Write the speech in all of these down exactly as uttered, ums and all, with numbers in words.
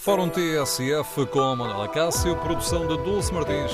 Fórum T S F com Manuela Cássio, produção de Dulce Martins.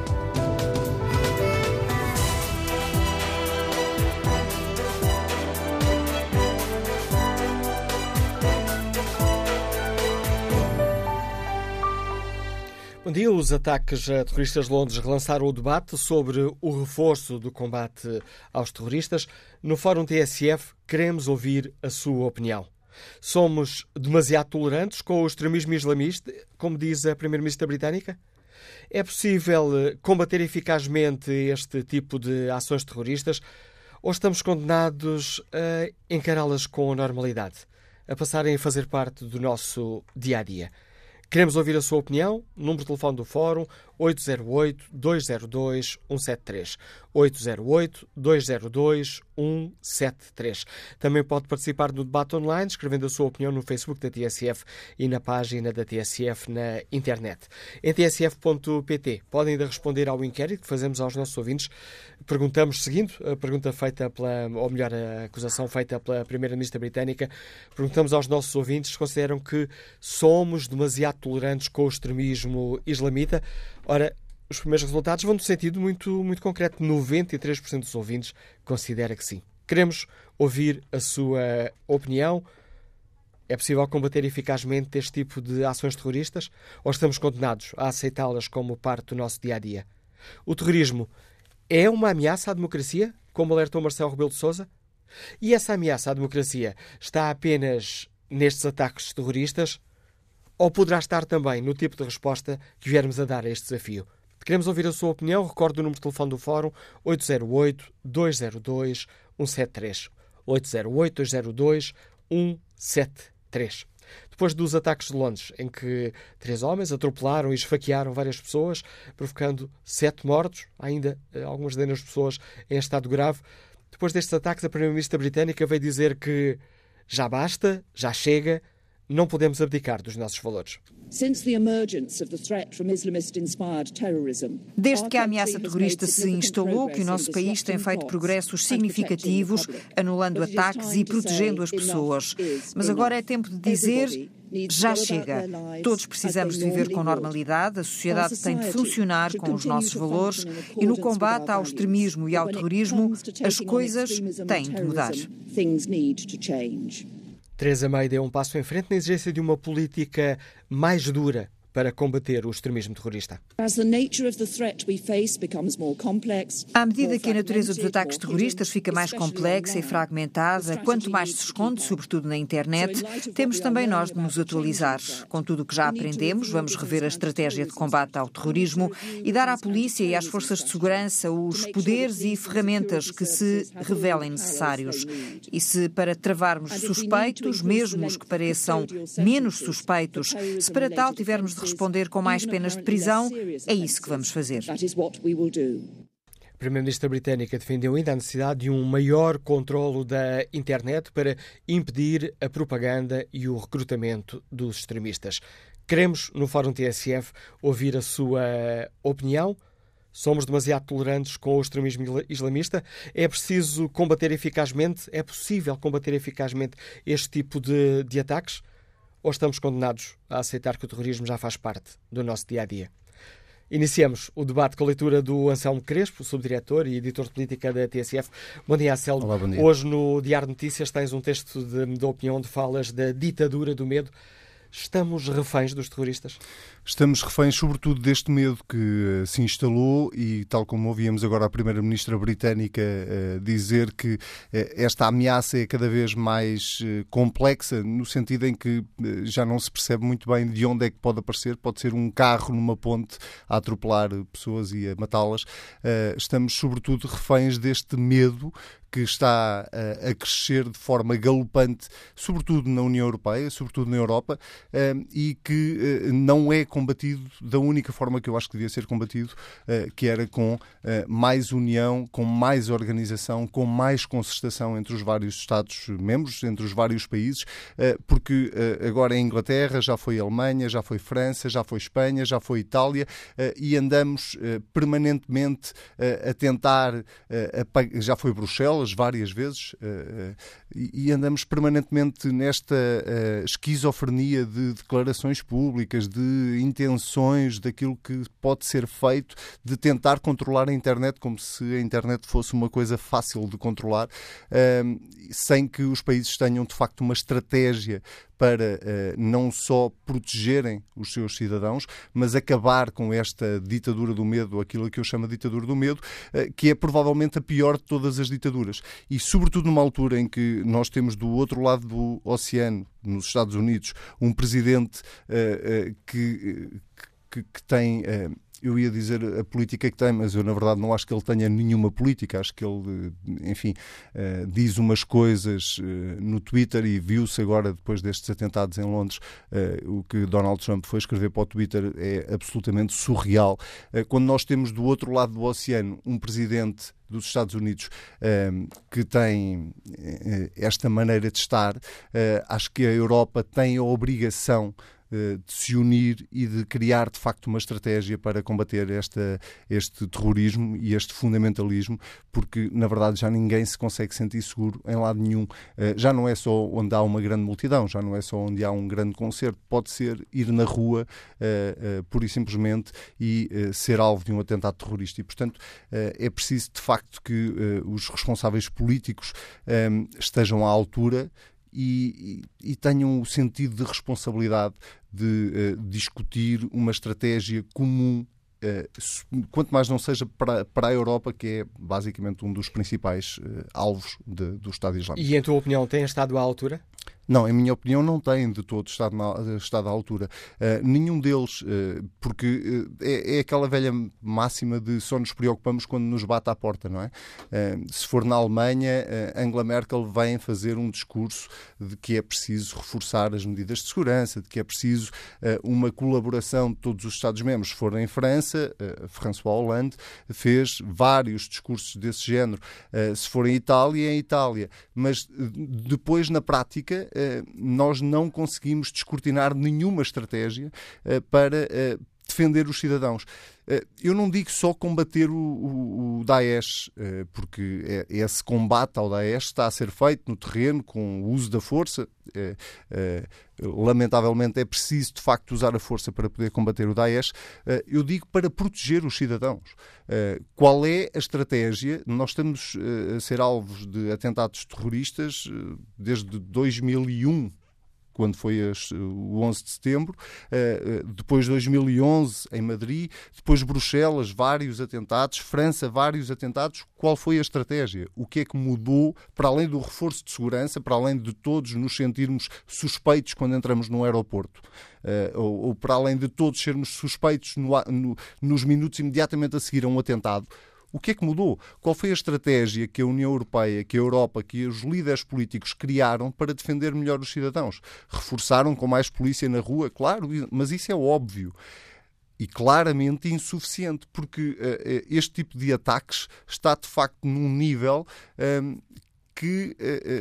Bom dia. Os ataques a terroristas de Londres relançaram o debate sobre o reforço do combate aos terroristas. No Fórum T S F, queremos ouvir a sua opinião. Somos demasiado tolerantes com o extremismo islamista, como diz a Primeira-Ministra britânica? É possível combater eficazmente este tipo de ações terroristas ou estamos condenados a encará-las com normalidade, a passarem a fazer parte do nosso dia-a-dia? Queremos ouvir a sua opinião. Número de telefone do Fórum oito zero oito, dois zero dois, um sete três. oito zero oito, dois zero dois, um sete três. Também pode participar no debate online, escrevendo a sua opinião no Facebook da T S F e na página da T S F na internet. Em t s f ponto p t podem ainda responder ao inquérito que fazemos aos nossos ouvintes. Perguntamos, seguindo a pergunta feita pela, ou melhor, a acusação feita pela Primeira-Ministra britânica, perguntamos aos nossos ouvintes se consideram que somos demasiado tolerantes com o extremismo islamita. Ora, os primeiros resultados vão no sentido muito, muito concreto. noventa e três por cento dos ouvintes considera que sim. Queremos ouvir a sua opinião. É possível combater eficazmente este tipo de ações terroristas? Ou estamos condenados a aceitá-las como parte do nosso dia-a-dia? O terrorismo é uma ameaça à democracia, como alertou Marcelo Rebelo de Sousa? E essa ameaça à democracia está apenas nestes ataques terroristas? Ou poderá estar também no tipo de resposta que viermos a dar a este desafio? Queremos ouvir a sua opinião. Recordo o número de telefone do Fórum oito zero oito, dois zero dois, um sete três. oito zero oito, dois zero dois, um sete três. Depois dos ataques de Londres, em que três homens atropelaram e esfaquearam várias pessoas, provocando sete mortos, ainda algumas dezenas de pessoas em estado grave. Depois destes ataques, a Primeira-Ministra britânica veio dizer que já basta, já chega, não podemos abdicar dos nossos valores. Desde que a ameaça terrorista se instalou, que o nosso país tem feito progressos significativos, anulando ataques e protegendo as pessoas. Mas agora é tempo de dizer: já chega. Todos precisamos de viver com normalidade, a sociedade tem de funcionar com os nossos valores e no combate ao extremismo e ao terrorismo, as coisas têm de mudar. Theresa May deu um passo em frente na exigência de uma política mais dura para combater o extremismo terrorista. À medida que a natureza dos ataques terroristas fica mais complexa e fragmentada, quanto mais se esconde, sobretudo na internet, temos também nós de nos atualizar. Com tudo o que já aprendemos, vamos rever a estratégia de combate ao terrorismo e dar à polícia e às forças de segurança os poderes e ferramentas que se revelem necessários. E se para travarmos suspeitos, mesmo os que pareçam menos suspeitos, se para tal tivermos de responder com mais penas de prisão, é isso que vamos fazer. A Primeira-Ministra britânica defendeu ainda a necessidade de um maior controlo da internet para impedir a propaganda e o recrutamento dos extremistas. Queremos, no Fórum T S F, ouvir a sua opinião. Somos demasiado tolerantes com o extremismo islamista? É preciso combater eficazmente? É possível combater eficazmente este tipo de, de ataques? Ou estamos condenados a aceitar que o terrorismo já faz parte do nosso dia-a-dia? Iniciamos o debate com a leitura do Anselmo Crespo, subdiretor e editor de política da T S F. Bom dia, Anselmo. Olá, bom dia. Hoje no Diário de Notícias tens um texto de, de opinião onde falas da ditadura do medo. Estamos reféns dos terroristas? Estamos reféns, sobretudo, deste medo que uh, se instalou e, tal como ouvíamos agora a Primeira-Ministra britânica uh, dizer que uh, esta ameaça é cada vez mais uh, complexa, no sentido em que uh, já não se percebe muito bem de onde é que pode aparecer. Pode ser um carro numa ponte a atropelar pessoas e a matá-las. Uh, estamos, sobretudo, reféns deste medo que está uh, a crescer de forma galopante, sobretudo na União Europeia, sobretudo na Europa, uh, e que uh, não é combatido da única forma que eu acho que devia ser combatido, uh, que era com uh, mais união, com mais organização, com mais concertação entre os vários Estados-membros, entre os vários países, uh, porque uh, agora é Inglaterra, já foi Alemanha, já foi França, já foi Espanha, já foi Itália, uh, e andamos uh, permanentemente uh, a tentar, uh, a, já foi Bruxelas, Bruxelas várias vezes, uh, uh, e, e andamos permanentemente nesta uh, esquizofrenia de declarações públicas, de intenções daquilo que pode ser feito, de tentar controlar a internet como se a internet fosse uma coisa fácil de controlar, uh, sem que os países tenham de facto uma estratégia para uh, não só protegerem os seus cidadãos, mas acabar com esta ditadura do medo, aquilo que eu chamo de ditadura do medo, uh, que é provavelmente a pior de todas as ditaduras. E sobretudo numa altura em que nós temos do outro lado do oceano, nos Estados Unidos, um presidente uh, uh, que, que, que tem... Uh, eu ia dizer a política que tem, mas eu na verdade não acho que ele tenha nenhuma política. Acho que ele, enfim, uh, diz umas coisas uh, no Twitter, e viu-se agora, depois destes atentados em Londres, uh, o que Donald Trump foi escrever para o Twitter é absolutamente surreal. Uh, quando nós temos do outro lado do oceano um presidente dos Estados Unidos uh, que tem uh, esta maneira de estar, uh, acho que a Europa tem a obrigação de se unir e de criar de facto uma estratégia para combater esta, este terrorismo e este fundamentalismo, porque na verdade já ninguém se consegue sentir seguro em lado nenhum. Já não é só onde há uma grande multidão, já não é só onde há um grande concerto, pode ser ir na rua uh, uh, pura e simplesmente e uh, ser alvo de um atentado terrorista. E portanto uh, é preciso de facto que uh, os responsáveis políticos um, estejam à altura E, e, e tenham o sentido de responsabilidade de uh, discutir uma estratégia comum, uh, quanto mais não seja para, para a Europa, que é basicamente um dos principais uh, alvos de, do Estado Islâmico. E, em tua opinião, tem estado à altura? Não, em minha opinião, não têm de todo estado, na, estado à altura. Uh, nenhum deles, uh, porque uh, é, é aquela velha máxima de só nos preocupamos quando nos bate à porta, não é? Uh, se for na Alemanha, uh, Angela Merkel vem fazer um discurso de que é preciso reforçar as medidas de segurança, de que é preciso uh, uma colaboração de todos os Estados-membros. Se for em França, uh, François Hollande fez vários discursos desse género. Uh, se for em Itália, é em Itália. Mas uh, depois, na prática, nós não conseguimos descortinar nenhuma estratégia para defender os cidadãos. Eu não digo só combater o, o, o Daesh, porque esse combate ao Daesh está a ser feito no terreno com o uso da força. Lamentavelmente é preciso de facto usar a força para poder combater o Daesh. Eu digo para proteger os cidadãos. Qual é a estratégia? Nós estamos a ser alvos de atentados terroristas desde dois mil e um, quando foi as, o onze de setembro, uh, depois dois mil e onze em Madrid, depois Bruxelas, vários atentados, França, vários atentados. Qual foi a estratégia? O que é que mudou, para além do reforço de segurança, para além de todos nos sentirmos suspeitos quando entramos no aeroporto? Uh, ou, ou para além de todos sermos suspeitos no, no, nos minutos imediatamente a seguir a um atentado? O que é que mudou? Qual foi a estratégia que a União Europeia, que a Europa, que os líderes políticos criaram para defender melhor os cidadãos? Reforçaram com mais polícia na rua? Claro, mas isso é óbvio. E claramente insuficiente, porque uh, este tipo de ataques está de facto num nível um, que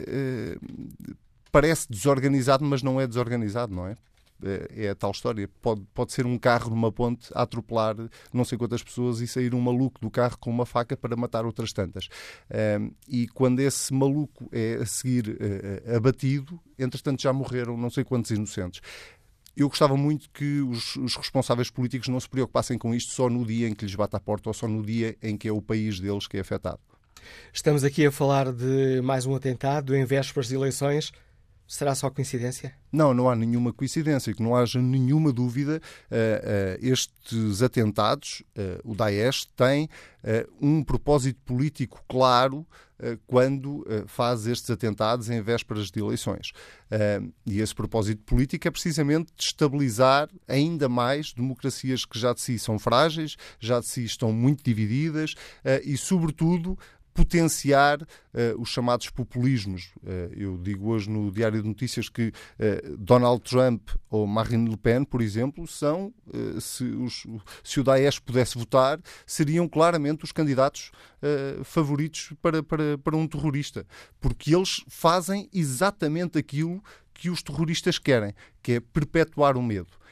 uh, uh, parece desorganizado, mas não é desorganizado, não é? É a tal história. Pode, pode ser um carro numa ponte a atropelar não sei quantas pessoas e sair um maluco do carro com uma faca para matar outras tantas. Um, e quando esse maluco é a seguir uh, abatido, entretanto já morreram não sei quantos inocentes. Eu gostava muito que os, os responsáveis políticos não se preocupassem com isto só no dia em que lhes bate à porta ou só no dia em que é o país deles que é afetado. Estamos aqui a falar de mais um atentado em vésperas de eleições. Será só coincidência? Não, não há nenhuma coincidência, que não haja nenhuma dúvida. Uh, uh, estes atentados, uh, o Daesh tem uh, um propósito político claro uh, quando uh, faz estes atentados em vésperas de eleições. Uh, e esse propósito político é precisamente destabilizar ainda mais democracias que já de si são frágeis, já de si estão muito divididas uh, e, sobretudo, potenciar uh, os chamados populismos. Uh, eu digo hoje no Diário de Notícias que uh, Donald Trump ou Marine Le Pen, por exemplo, são, uh, se, os, se o Daesh pudesse votar, seriam claramente os candidatos uh, favoritos para, para, para um terrorista. Porque eles fazem exatamente aquilo que os terroristas querem, que é perpetuar o medo.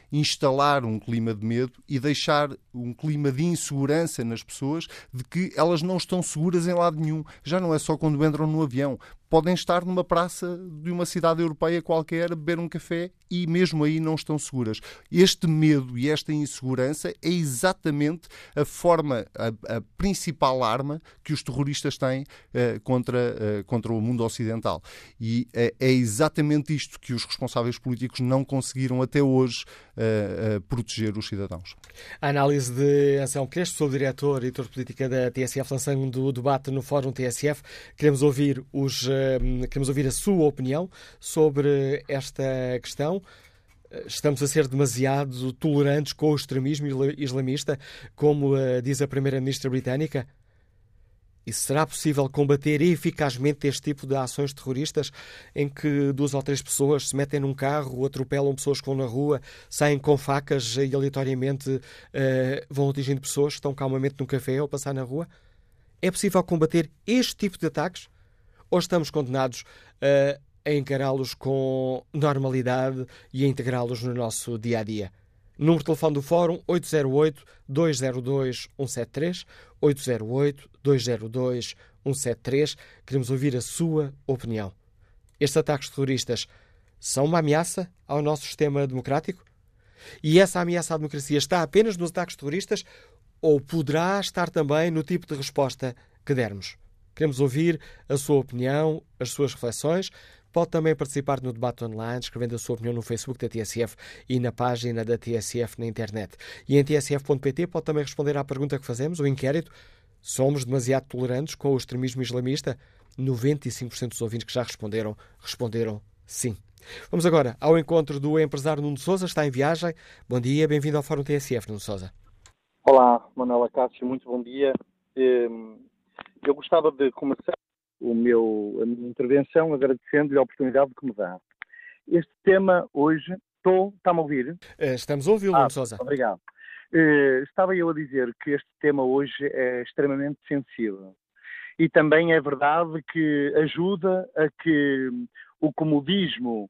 instalar um clima de medo e deixar um clima de insegurança nas pessoas, de que elas não estão seguras em lado nenhum. Já não é só quando entram no avião. Podem estar numa praça de uma cidade europeia qualquer, beber um café e mesmo aí não estão seguras. Este medo e esta insegurança é exatamente a forma, a, a principal arma que os terroristas têm uh, contra, uh, contra o mundo ocidental. E uh, é exatamente isto que os responsáveis políticos não conseguiram até hoje uh, uh, proteger os cidadãos. A análise de Anselmo Crespo, sou diretor e editor de política da T S F, lançando o debate no Fórum T S F. Queremos ouvir os Queremos ouvir a sua opinião sobre esta questão. Estamos a ser demasiado tolerantes com o extremismo islamista, como diz a Primeira-Ministra britânica? E será possível combater eficazmente este tipo de ações terroristas em que duas ou três pessoas se metem num carro, atropelam pessoas que vão na rua, saem com facas e aleatoriamente uh, vão atingindo pessoas que estão calmamente num café ou passar na rua? É possível combater este tipo de ataques? Ou estamos condenados uh, a encará-los com normalidade e a integrá-los no nosso dia-a-dia? Número de telefone do Fórum oito zero oito, dois zero dois, um sete três, oito zero oito, dois zero dois, um sete três. Queremos ouvir a sua opinião. Estes ataques terroristas são uma ameaça ao nosso sistema democrático? E essa ameaça à democracia está apenas nos ataques terroristas ou poderá estar também no tipo de resposta que dermos? Queremos ouvir a sua opinião, as suas reflexões. Pode também participar no debate online, escrevendo a sua opinião no Facebook da T S F e na página da T S F na internet. E em t s f ponto p t pode também responder à pergunta que fazemos, o inquérito. Somos demasiado tolerantes com o extremismo islamista? noventa e cinco por cento dos ouvintes que já responderam, responderam sim. Vamos agora ao encontro do empresário Nuno Sousa, está em viagem. Bom dia, bem-vindo ao Fórum T S F, Nuno Sousa. Olá, Manuela Cássio, muito bom dia. Eu gostava de começar o meu, a minha intervenção agradecendo-lhe a oportunidade que me dá. Este tema hoje, estou, está-me a ouvir? Estamos a ouvi-lo, ah, Nuno Sousa. Obrigado. Uh, estava eu a dizer que este tema hoje é extremamente sensível. E também é verdade que ajuda a que o comodismo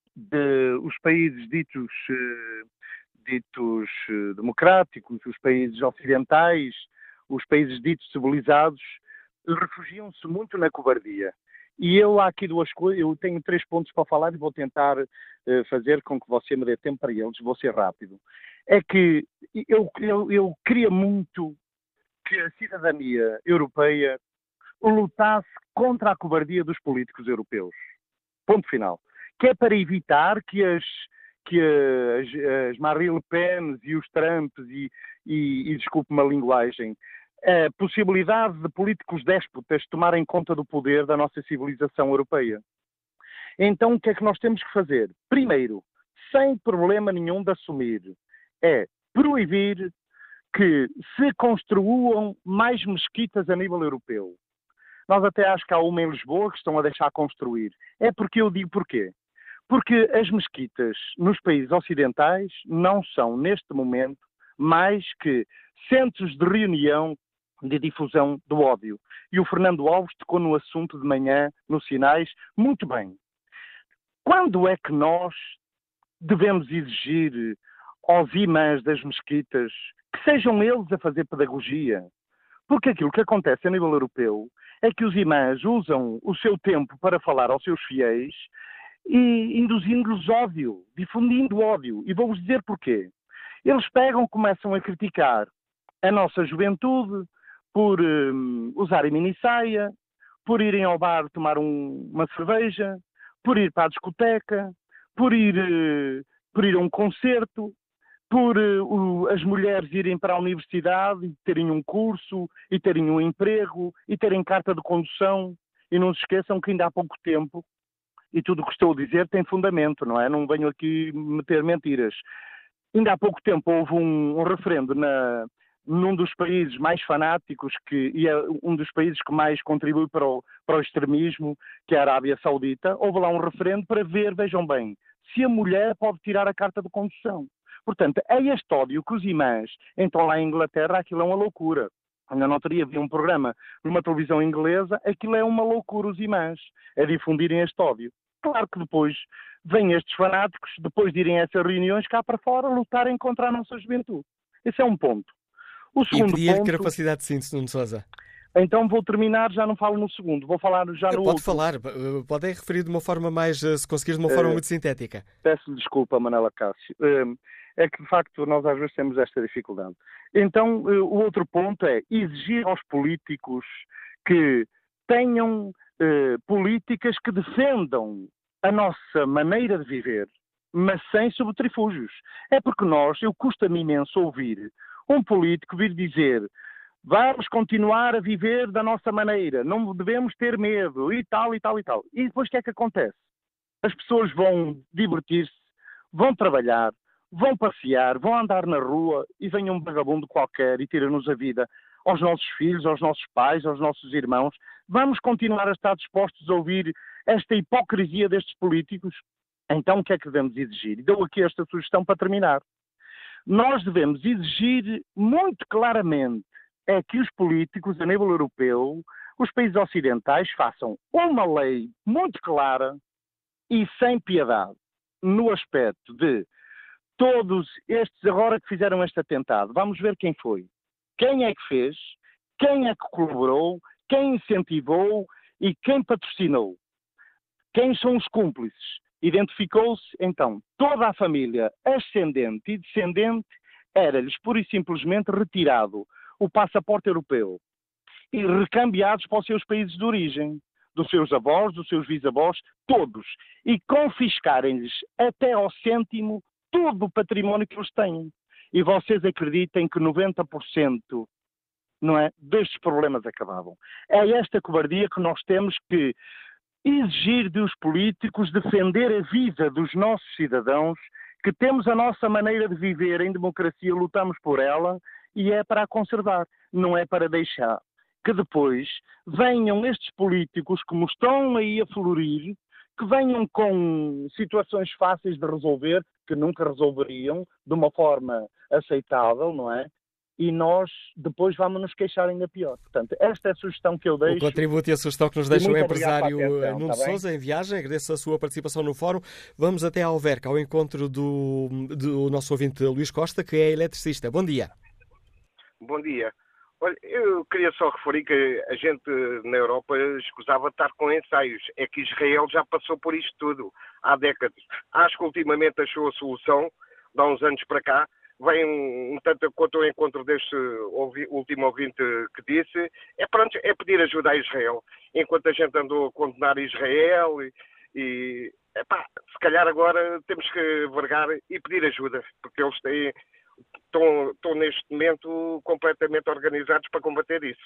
dos países ditos, uh, ditos uh, democráticos, os países ocidentais, os países ditos civilizados, refugiam-se muito na cobardia. E eu há aqui duas coisas, eu tenho três pontos para falar e vou tentar uh, fazer com que você me dê tempo para eles, vou ser rápido. É que eu, eu, eu queria muito que a cidadania europeia lutasse contra a cobardia dos políticos europeus. Ponto final. Que é para evitar que as, que as, as Marine Le Pen e os Trumps e, e, e desculpe-me a linguagem, a possibilidade de políticos déspotas tomarem conta do poder da nossa civilização europeia. Então, o que é que nós temos que fazer? Primeiro, sem problema nenhum de assumir, é proibir que se construam mais mesquitas a nível europeu. Nós até acho que há uma em Lisboa que estão a deixar construir. É porque eu digo porquê. Porque as mesquitas nos países ocidentais não são, neste momento, mais que centros de reunião de difusão do ódio. E o Fernando Alves tocou no assunto de manhã, nos sinais, muito bem. Quando é que nós devemos exigir aos imãs das mesquitas que sejam eles a fazer pedagogia? Porque aquilo que acontece a nível europeu é que os imãs usam o seu tempo para falar aos seus fiéis e induzindo-lhes ódio, difundindo ódio. E vou-vos dizer porquê. Eles pegam, começam a criticar a nossa juventude por um, usarem mini-saia, por irem ao bar tomar um, uma cerveja, por ir para a discoteca, por ir, uh, por ir a um concerto, por uh, o, as mulheres irem para a universidade e terem um curso, e terem um emprego, e terem carta de condução. E não se esqueçam que ainda há pouco tempo, e tudo o que estou a dizer tem fundamento, não é? Não venho aqui meter mentiras. Ainda há pouco tempo houve um, um referendo na... num dos países mais fanáticos que, e é um dos países que mais contribui para o, para o extremismo, que é a Arábia Saudita, houve lá um referendo para ver, vejam bem, se a mulher pode tirar a carta de condução. Portanto, é este ódio que os imãs entram lá em Inglaterra, aquilo é uma loucura. Ainda não teria havido um programa numa televisão inglesa, aquilo é uma loucura os imãs, a difundirem este ódio. Claro que depois vêm estes fanáticos, depois de irem a essas reuniões, cá para fora, lutarem contra a nossa juventude. Esse é um ponto. O E segundo pedir ponto... capacidade de síntese, Nuno Sousa. Então vou terminar, já não falo no segundo, vou falar já no Pode outro. falar, pode referir de uma forma mais, se conseguir, de uma forma Uh, muito sintética. Peço desculpa, Manela Cássio. Uh, é que, de facto, nós às vezes temos esta dificuldade. Então, uh, o outro ponto é exigir aos políticos que tenham uh, políticas que defendam a nossa maneira de viver, mas sem subterfúgios. É porque nós, eu custa-me imenso ouvir um político vir dizer: vamos continuar a viver da nossa maneira, não devemos ter medo, e tal, e tal, e tal. E depois o que é que acontece? As pessoas vão divertir-se, vão trabalhar, vão passear, vão andar na rua e vem um vagabundo qualquer e tira-nos a vida aos nossos filhos, aos nossos pais, aos nossos irmãos. Vamos continuar a estar dispostos a ouvir esta hipocrisia destes políticos? Então o que é que devemos exigir? E dou aqui esta sugestão para terminar. Nós devemos exigir muito claramente é que os políticos a nível europeu, os países ocidentais, façam uma lei muito clara e sem piedade no aspecto de todos estes agora que fizeram este atentado, vamos ver quem foi, quem é que fez, quem é que colaborou, quem incentivou e quem patrocinou, quem são os cúmplices. Identificou-se, então, toda a família ascendente e descendente, era-lhes pura e simplesmente retirado o passaporte europeu e recambiados para os seus países de origem, dos seus avós, dos seus bisavós, todos, e confiscarem-lhes até ao cêntimo todo o património que eles têm. E vocês acreditem que noventa por cento, não é, destes problemas acabavam. É esta cobardia que nós temos que exigir dos políticos, defender a vida dos nossos cidadãos, que temos a nossa maneira de viver em democracia, lutamos por ela, e é para a conservar, não é para deixar que depois venham estes políticos que nos estão aí a florir, que venham com situações fáceis de resolver, que nunca resolveriam de uma forma aceitável, não é? E nós depois vamos nos queixar ainda pior. Portanto, esta é a sugestão que eu deixo. O contributo e a sugestão que nos deixa o empresário atenção, Nuno tá Sousa em viagem. Agradeço a sua participação no fórum. Vamos até à Alverca, ao encontro do, do nosso ouvinte Luís Costa, que é eletricista. Bom dia. Bom dia. Olha, eu queria só referir que a gente na Europa escusava de estar com ensaios. É que Israel já passou por isto tudo há décadas. Acho que ultimamente achou a solução, de há uns anos para cá. Vem um, um tanto quanto ao encontro deste ouvi, último ouvinte que disse, é, pronto, é pedir ajuda a Israel. Enquanto a gente andou a condenar Israel e, e epá, se calhar agora temos que vergar e pedir ajuda, porque eles têm... Estão, estão neste momento completamente organizados para combater isso.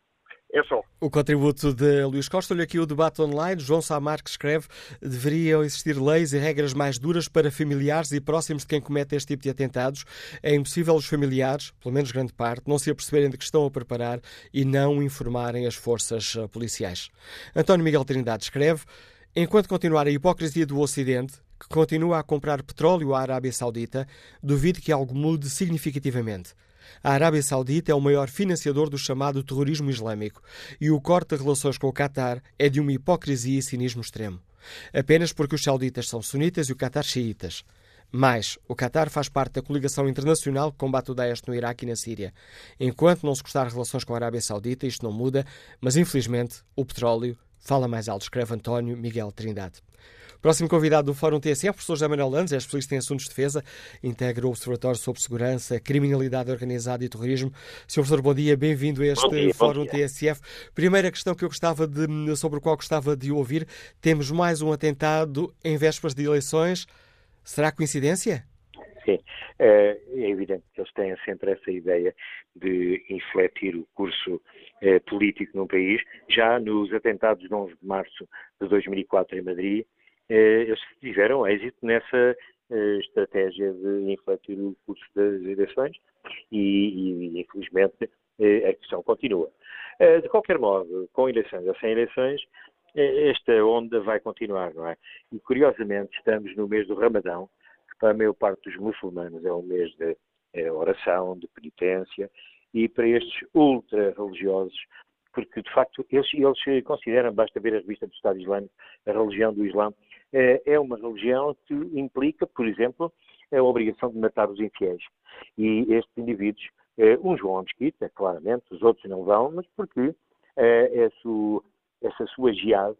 É só. O contributo de Luís Costa. Olha aqui o debate online. João Sá Marques escreve: deveriam existir leis e regras mais duras para familiares e próximos de quem comete este tipo de atentados. É impossível os familiares, pelo menos grande parte, não se aperceberem de que estão a preparar e não informarem as forças policiais. António Miguel Trindade escreve: enquanto continuar a hipocrisia do Ocidente, que continua a comprar petróleo à Arábia Saudita, duvido que algo mude significativamente. A Arábia Saudita é o maior financiador do chamado terrorismo islâmico e o corte de relações com o Qatar é de uma hipocrisia e cinismo extremo. Apenas porque os sauditas são sunitas e o Qatar xiitas. Mas o Qatar faz parte da coligação internacional que combate o Daesh no Iraque e na Síria. Enquanto não se cortar relações com a Arábia Saudita, isto não muda, mas infelizmente o petróleo fala mais alto, escreve António Miguel Trindade. Próximo convidado do Fórum T S F, o professor José Manuel Landes, é especialista em assuntos de defesa, integra o Observatório sobre Segurança, Criminalidade Organizada e Terrorismo. senhor Professor, bom dia, bem-vindo a este bom dia, Fórum T S F. Primeira questão que eu gostava de, sobre a qual gostava de ouvir: temos mais um atentado em vésperas de eleições. Será coincidência? Sim, é evidente que eles têm sempre essa ideia de infletir o curso eh, político num país. Já nos atentados de onze de março de dois mil e quatro em Madrid, eh, eles tiveram êxito nessa eh, estratégia de infletir o curso das eleições e, e infelizmente, eh, a questão continua. Eh, de qualquer modo, com eleições ou sem eleições, eh, esta onda vai continuar, não é? E, curiosamente, estamos no mês do Ramadão, para a maior parte dos muçulmanos é um mês de é, oração, de penitência, e para estes ultra-religiosos, porque de facto eles, eles consideram, basta ver a revista do Estado Islâmico, a religião do Islã é uma religião que implica, por exemplo, a obrigação de matar os infiéis. E estes indivíduos, uns vão à mesquita, claramente, os outros não vão, mas porque essa sua jihad,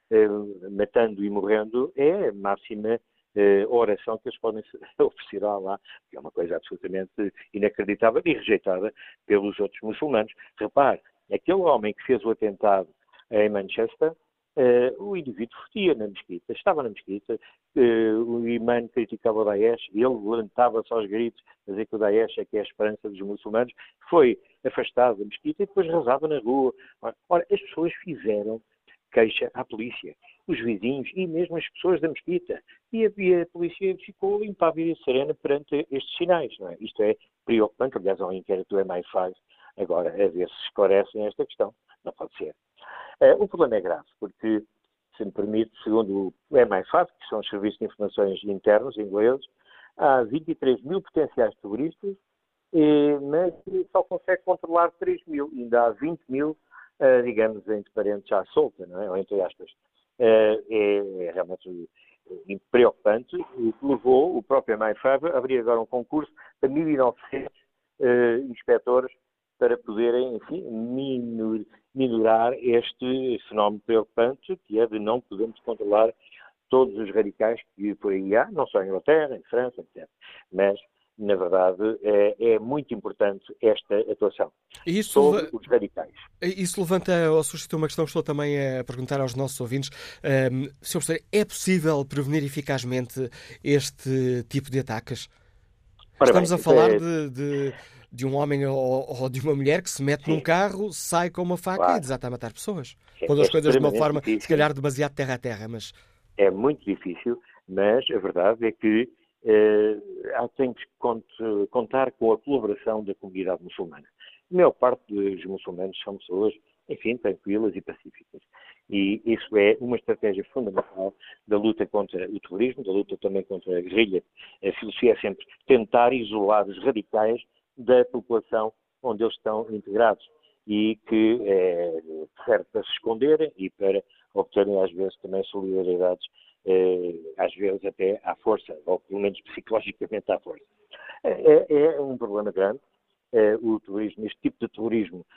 matando e morrendo, é a máxima oração que eles podem oferecer a Allah, que é uma coisa absolutamente inacreditável e rejeitada pelos outros muçulmanos. Repare, aquele homem que fez o atentado em Manchester, Uh, o indivíduo fugia na mesquita, estava na mesquita, uh, o imã criticava o Daesh, ele levantava-se aos gritos a dizer que o Daesh é que é a esperança dos muçulmanos, foi afastado da mesquita e depois rezava na rua. Ora, as pessoas fizeram queixa à polícia, os vizinhos e mesmo as pessoas da mesquita. E a, e a polícia ficou impávida e serena perante estes sinais. Não é? Isto é preocupante, aliás, há um inquérito do M I cinco agora a ver se esclarecem esta questão. Não pode ser. Uh, o problema é grave, porque, se me permite, segundo o M I cinco, que são os Serviços de Informações Internos ingleses, há vinte e três mil potenciais terroristas, e, mas só consegue controlar três mil. Ainda há vinte mil, uh, digamos, entre parentes à solta, não é? Ou entre aspas. Uh, é, é realmente preocupante, o que levou o próprio M I cinco a abrir agora um concurso para mil e novecentos uh, inspectores para poderem, enfim, minor, minorar este fenómeno preocupante, que é de não podermos controlar todos os radicais que por aí há, não só em Inglaterra, em França, etcétera. Mas, na verdade, é, é muito importante esta atuação isso sobre leva... os radicais. Isso levanta ou suscita uma questão que estou também a perguntar aos nossos ouvintes. Um, senhor Professor, é possível prevenir eficazmente este tipo de ataques? Ora Estamos bem, a falar é... de... de... de um homem ou, ou de uma mulher que se mete Sim. num carro, sai com uma faca claro. e desata a matar pessoas. É, Pondo as é coisas de uma forma, difícil. se calhar, demasiado terra a terra, mas... É muito difícil, mas a verdade é que eh, tem que contar com a colaboração da comunidade muçulmana. A maior parte dos muçulmanos são pessoas, enfim, tranquilas e pacíficas. E isso é uma estratégia fundamental da luta contra o terrorismo, da luta também contra a guerrilha. A filosofia é sempre tentar isolar os radicais da população onde eles estão integrados e que é, serve para se esconderem e para obterem às vezes também solidariedades, eh, às vezes até à força, ou pelo menos psicologicamente à força. É, é um problema grande, é, o terrorismo, este tipo de terrorismo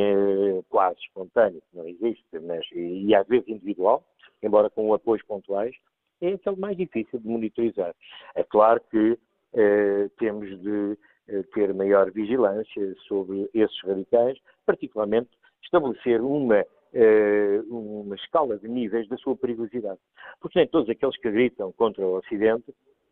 é, quase espontâneo, que não existe, mas e, e às vezes individual, embora com apoios pontuais, é aquele mais difícil de monitorizar. É claro que eh, temos de ter maior vigilância sobre esses radicais, particularmente estabelecer uma, uma escala de níveis da sua perigosidade. Porque nem todos aqueles que gritam contra o Ocidente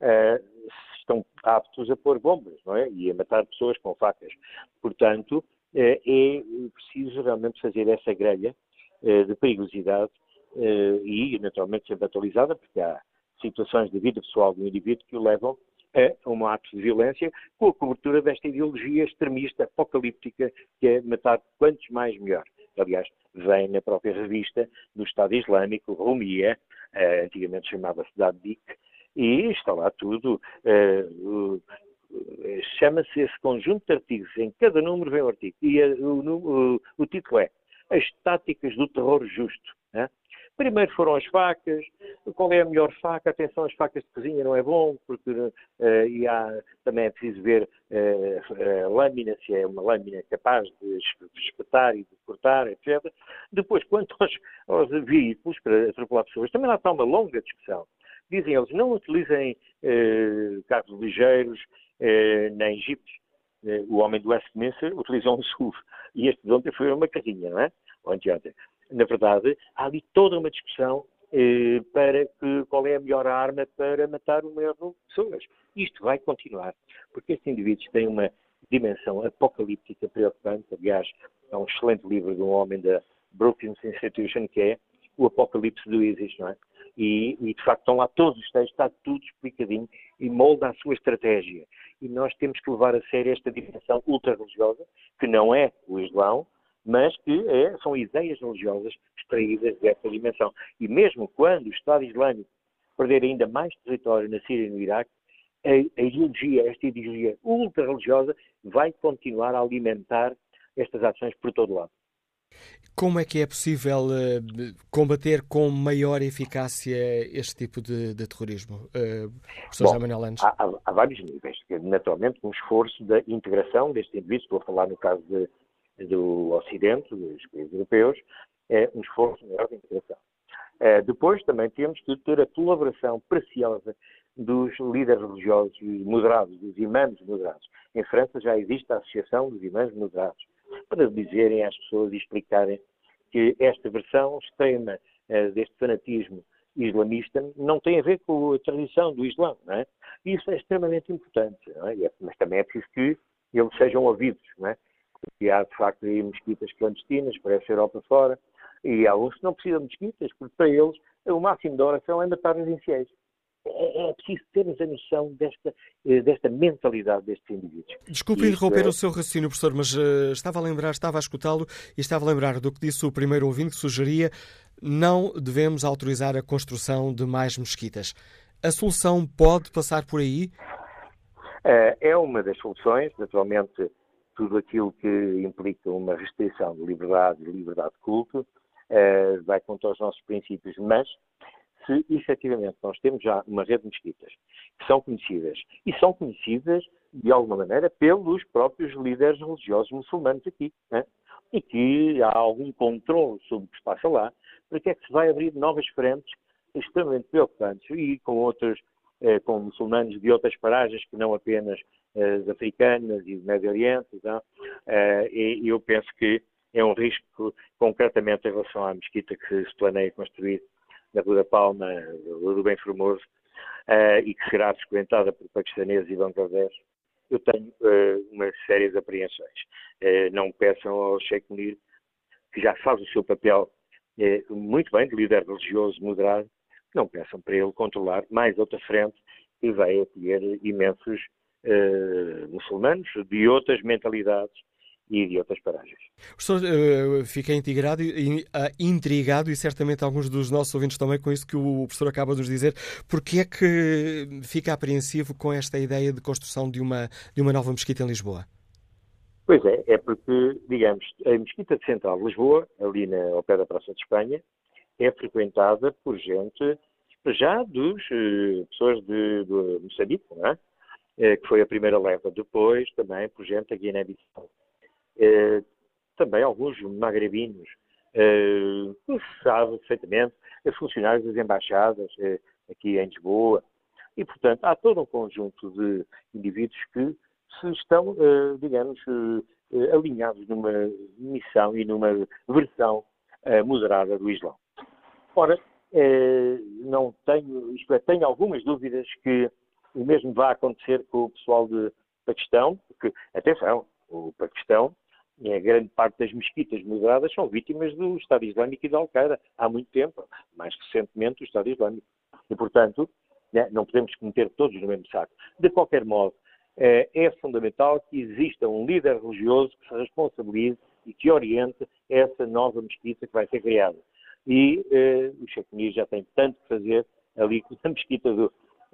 estão aptos a pôr bombas, não é? E a matar pessoas com facas. Portanto, é preciso realmente fazer essa grelha de perigosidade e, naturalmente, sempre atualizada, porque há situações de vida pessoal do indivíduo que o levam a um ato de violência com a cobertura desta ideologia extremista, apocalíptica, que é matar quantos mais melhor. Aliás, vem na própria revista do Estado Islâmico, Rumia, uh, antigamente chamava-se Dabiq, e está lá tudo. Uh, uh, chama-se esse conjunto de artigos, em cada número vem o artigo, e uh, o, o, o título é As Táticas do Terror Justo. Né? Primeiro foram as facas. Qual é a melhor faca? Atenção, as facas de cozinha não é bom, porque uh, e há, também é preciso ver uh, a lâmina, se é uma lâmina capaz de espetar e de cortar, etcétera. Depois, quanto aos, aos veículos para atropelar pessoas, também lá está uma longa discussão. Dizem eles, não utilizem uh, carros ligeiros, uh, nem jipes. Uh, o homem do Westminster utilizou um S U V. E este de ontem foi uma carrinha, não é? Ontem, ontem. Na verdade, há ali toda uma discussão eh, para que, qual é a melhor arma para matar o maior número de pessoas. Isto vai continuar, porque estes indivíduos têm uma dimensão apocalíptica preocupante. Aliás, há um excelente livro de um homem da Brookings Institution, que é O Apocalipse do ISIS, não é? E, e, de facto, estão lá todos os textos, está tudo explicadinho e molda a sua estratégia. E nós temos que levar a sério esta dimensão ultra-religiosa, que não é o Islão, mas que é, são ideias religiosas extraídas dessa dimensão. E mesmo quando o Estado Islâmico perder ainda mais território na Síria e no Iraque, a, a ideologia, esta ideologia ultra-religiosa vai continuar a alimentar estas ações por todo lado. Como é que é possível uh, combater com maior eficácia este tipo de, de terrorismo? Uh, professor José Manuel Landes. Há, há, há vários níveis. Naturalmente, um esforço da integração deste indivíduo, estou a falar no caso de, do Ocidente, dos países europeus, é um esforço maior de integração. Uh, depois também temos de ter a colaboração preciosa dos líderes religiosos moderados, dos imãs moderados. Em França já existe a Associação dos Imãs Moderados, para dizerem às pessoas e explicarem que esta versão extrema uh, deste fanatismo islamista não tem a ver com a tradição do Islão, não é? E isso é extremamente importante, não é? Mas também é preciso que eles sejam ouvidos, não é? Porque há, de facto, aí mesquitas clandestinas, por essa Europa fora, e há uns que não precisam de mesquitas, porque para eles o máximo da oração é matar os infiéis. É, é preciso termos a noção desta, desta mentalidade destes indivíduos. Desculpe interromper é... o seu raciocínio, professor, mas uh, estava a lembrar, estava a escutá-lo e estava a lembrar do que disse o primeiro ouvinte, que sugeria não devemos autorizar a construção de mais mesquitas. A solução pode passar por aí? Uh, é uma das soluções, naturalmente, tudo aquilo que implica uma restrição de liberdade e liberdade de culto uh, vai contra os nossos princípios, mas se efetivamente nós temos já uma rede de mesquitas que são conhecidas, e são conhecidas de alguma maneira pelos próprios líderes religiosos muçulmanos aqui, né? E que há algum controle sobre o que se passa lá, porque é que se vai abrir novas frentes extremamente preocupantes e com outros, eh, com muçulmanos de outras paragens que não apenas eh, as africanas e do Médio Oriente, então, eh, e eu penso que é um risco concretamente em relação à mesquita que se planeia construir na Rua da Palma, do Bem Formoso, uh, e que será frequentada por paquistaneses e bangladeshes, eu tenho uh, umas sérias apreensões. Uh, não peçam ao Sheikh Munir, que já faz o seu papel uh, muito bem, de líder religioso moderado, não peçam para ele controlar mais outra frente que vai acolher imensos uh, muçulmanos de outras mentalidades e de outras paragens. Professor, uh, fiquei intrigado e, uh, intrigado e certamente alguns dos nossos ouvintes também com isso que o professor acaba de nos dizer. Porque é que fica apreensivo com esta ideia de construção de uma, de uma nova mesquita em Lisboa? Pois é, é porque, digamos, a mesquita de Central de Lisboa, ali na, ao pé da Praça de Espanha, é frequentada por gente, já dos uh, pessoas de, de Moçambique, não é? Uh, que foi a primeira leva. Depois, também, por gente da Guiné-Bissau. Eh, também alguns magrebinos, eh, que se sabe perfeitamente, funcionários das embaixadas eh, aqui em Lisboa. E, portanto, há todo um conjunto de indivíduos que se estão, eh, digamos, eh, alinhados numa missão e numa versão eh, moderada do Islão. Ora, eh, não tenho, isto é, tenho algumas dúvidas que o mesmo vai acontecer com o pessoal de Paquistão, porque, atenção, o Paquistão, e a grande parte das mesquitas moderadas são vítimas do Estado Islâmico e da Al-Qaeda há muito tempo, mais recentemente do Estado Islâmico. E, portanto, né, não podemos meter todos no mesmo saco. De qualquer modo, é, é fundamental que exista um líder religioso que se responsabilize e que oriente essa nova mesquita que vai ser criada. E eh, o Sheikh Munir já tem tanto que fazer ali com a mesquita, do,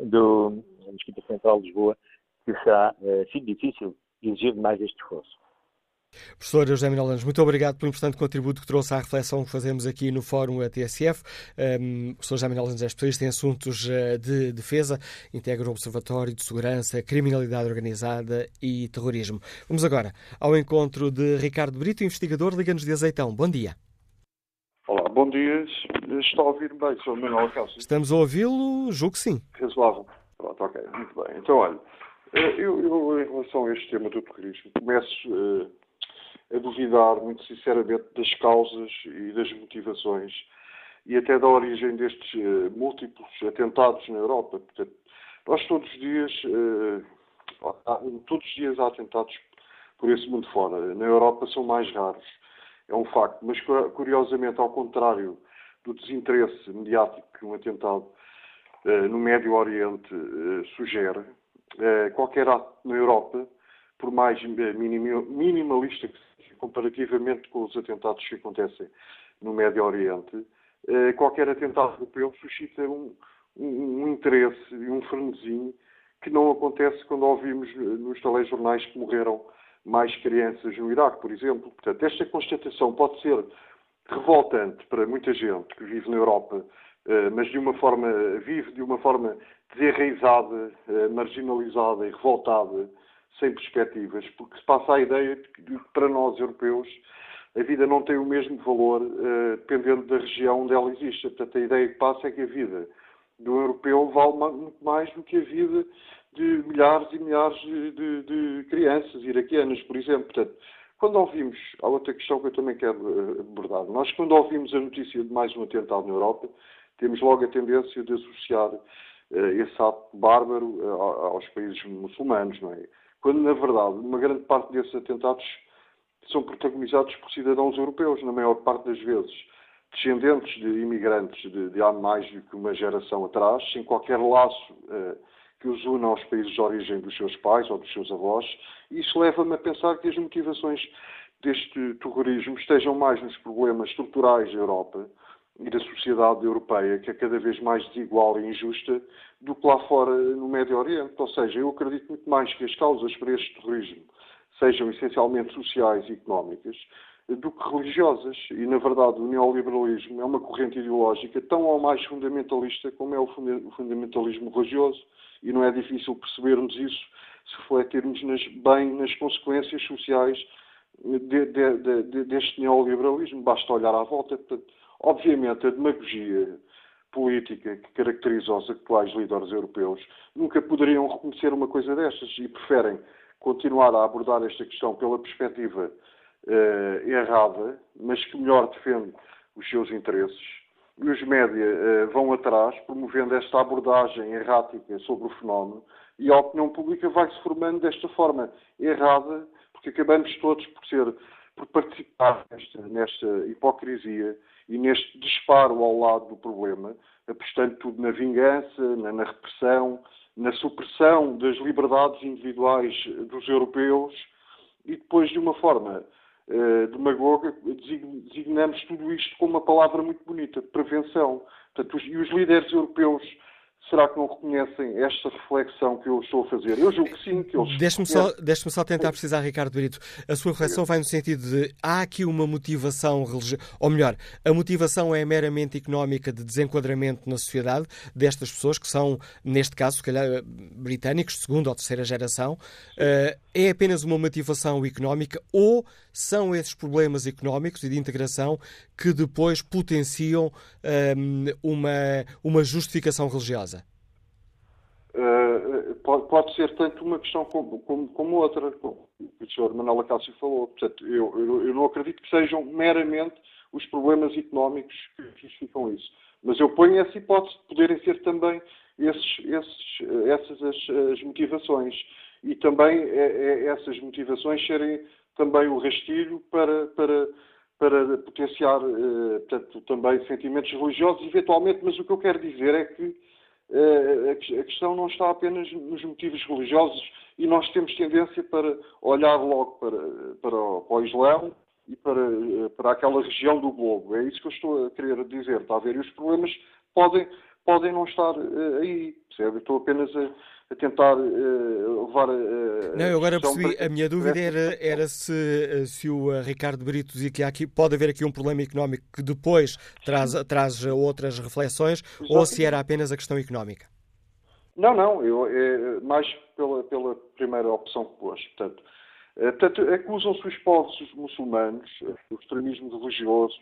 do, a mesquita Central de Lisboa, que será eh, assim difícil exigir mais este esforço. Professor José Manuel Landes, muito obrigado pelo importante contributo que trouxe à reflexão que fazemos aqui no Fórum T S F. Um, o professor José Manuel Landes é especialista em assuntos de defesa, integra o Observatório de Segurança, Criminalidade Organizada e Terrorismo. Vamos agora ao encontro de Ricardo Brito, investigador, Liga-nos de Azeitão. Bom dia. Olá, bom dia. Está a ouvir bem, Sr. Manuel Cássio? Estamos a ouvi-lo, julgo que sim. Razoável. Pronto, ok, muito bem. Então, olha, eu, eu em relação a este tema do terrorismo, começo uh, a duvidar, muito sinceramente, das causas e das motivações e até da origem destes uh, múltiplos atentados na Europa. Portanto, nós todos os dias, uh, há, todos os dias há atentados por esse mundo fora. Na Europa são mais raros, é um facto. Mas, curiosamente, ao contrário do desinteresse mediático que um atentado uh, no Médio Oriente uh, sugere, uh, qualquer ato na Europa, por mais minimalista que seja, comparativamente com os atentados que acontecem no Médio Oriente, qualquer atentado europeu suscita um, um, um interesse e um frenesim que não acontece quando ouvimos nos telejornais que morreram mais crianças no Iraque, por exemplo. Portanto, esta constatação pode ser revoltante para muita gente que vive na Europa, mas de uma forma, vive de uma forma desenraizada, marginalizada e revoltada, sem perspectivas, porque se passa a ideia de que para nós, europeus, a vida não tem o mesmo valor uh, dependendo da região onde ela existe. Portanto, a ideia que passa é que a vida do europeu vale muito mais do que a vida de milhares e milhares de, de, de crianças iraquianas, por exemplo. Portanto, quando ouvimos, há outra questão que eu também quero abordar, nós quando ouvimos a notícia de mais um atentado na Europa, temos logo a tendência de associar uh, esse ato bárbaro uh, aos países muçulmanos, não é? Quando, na verdade, uma grande parte desses atentados são protagonizados por cidadãos europeus, na maior parte das vezes, descendentes de imigrantes de, de há mais do que uma geração atrás, sem qualquer laço uh, que os una aos países de origem dos seus pais ou dos seus avós. E isso leva-me a pensar que as motivações deste terrorismo estejam mais nos problemas estruturais da Europa e da sociedade europeia, que é cada vez mais desigual e injusta, do que lá fora no Médio Oriente. Ou seja, eu acredito muito mais que as causas para este terrorismo sejam essencialmente sociais e económicas do que religiosas. E, na verdade, o neoliberalismo é uma corrente ideológica tão ou mais fundamentalista como é o fundamentalismo religioso. E não é difícil percebermos isso se refletirmos nas, bem nas consequências sociais de, de, de, de, deste neoliberalismo. Basta olhar à volta. Portanto, obviamente, a demagogia política que caracteriza os atuais líderes europeus nunca poderiam reconhecer uma coisa destas e preferem continuar a abordar esta questão pela perspectiva uh, errada, mas que melhor defende os seus interesses. E os média uh, vão atrás, promovendo esta abordagem errática sobre o fenómeno, e a opinião pública vai-se formando desta forma errada, porque acabamos todos por ser, por participar nesta, nesta hipocrisia e neste disparo ao lado do problema, apostando tudo na vingança, na, na repressão, na supressão das liberdades individuais dos europeus, e depois, de uma forma uh, demagoga, designamos tudo isto com uma palavra muito bonita, prevenção. Portanto, os, e os líderes europeus, será que não reconhecem esta reflexão que eu estou a fazer? Eu julgo que sim, que eles... Deixe-me só, deixe-me só tentar precisar, Ricardo Brito. A sua reflexão vai no sentido de há aqui uma motivação religiosa, ou melhor, a motivação é meramente económica de desenquadramento na sociedade destas pessoas, que são, neste caso, se calhar, britânicos, de segunda ou terceira geração. É apenas uma motivação económica ou são esses problemas económicos e de integração que depois potenciam uma, uma justificação religiosa? Uh, pode, pode ser tanto uma questão como, como, como outra, como o senhor Manuel Acácio falou. Portanto, eu, eu, eu não acredito que sejam meramente os problemas económicos que justificam isso. Mas eu ponho essa hipótese de poderem ser também esses, esses, essas as, as motivações. E também é, é, essas motivações serem também o rastilho para, para, para potenciar uh, portanto, também sentimentos religiosos, eventualmente. Mas o que eu quero dizer é que Uh, a questão não está apenas nos motivos religiosos e nós temos tendência para olhar logo para, para, o, para o Islão e para, para aquela região do globo. É isso que eu estou a querer dizer, está a ver? E os problemas podem, podem não estar uh, aí, percebe? Estou apenas a, a tentar uh, levar a... Não, eu agora percebi. Para... A minha dúvida era, era se, se o Ricardo Brito dizia que há aqui, pode haver aqui um problema económico que depois traz, traz outras reflexões. Exatamente. Ou se era apenas a questão económica. Não, não. Eu, é mais pela, pela primeira opção que pôs. Portanto, é, portanto acusam-se os povos muçulmanos do extremismo religioso,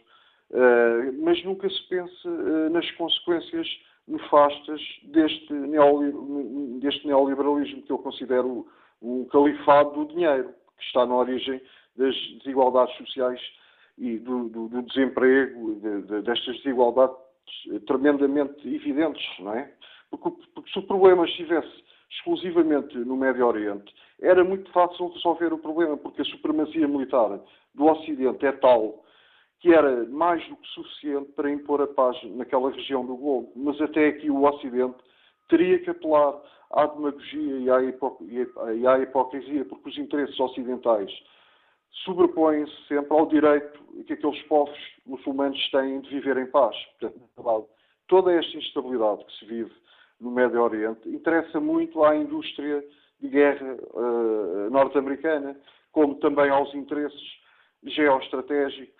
é, mas nunca se pensa é, nas consequências nefastas deste, neoliber, deste neoliberalismo que eu considero um califado do dinheiro, que está na origem das desigualdades sociais e do, do, do desemprego, de, de, destas desigualdades tremendamente evidentes, não é? Porque, porque se o problema estivesse exclusivamente no Médio Oriente, era muito fácil resolver o problema, porque a supremacia militar do Ocidente é tal que era mais do que suficiente para impor a paz naquela região do globo. Mas até aqui o Ocidente teria que apelar à demagogia e à, hipo- e à hipocrisia, porque os interesses ocidentais sobrepõem-se sempre ao direito que aqueles povos muçulmanos têm de viver em paz. Portanto, toda esta instabilidade que se vive no Médio Oriente interessa muito à indústria de guerra uh, norte-americana, como também aos interesses geoestratégicos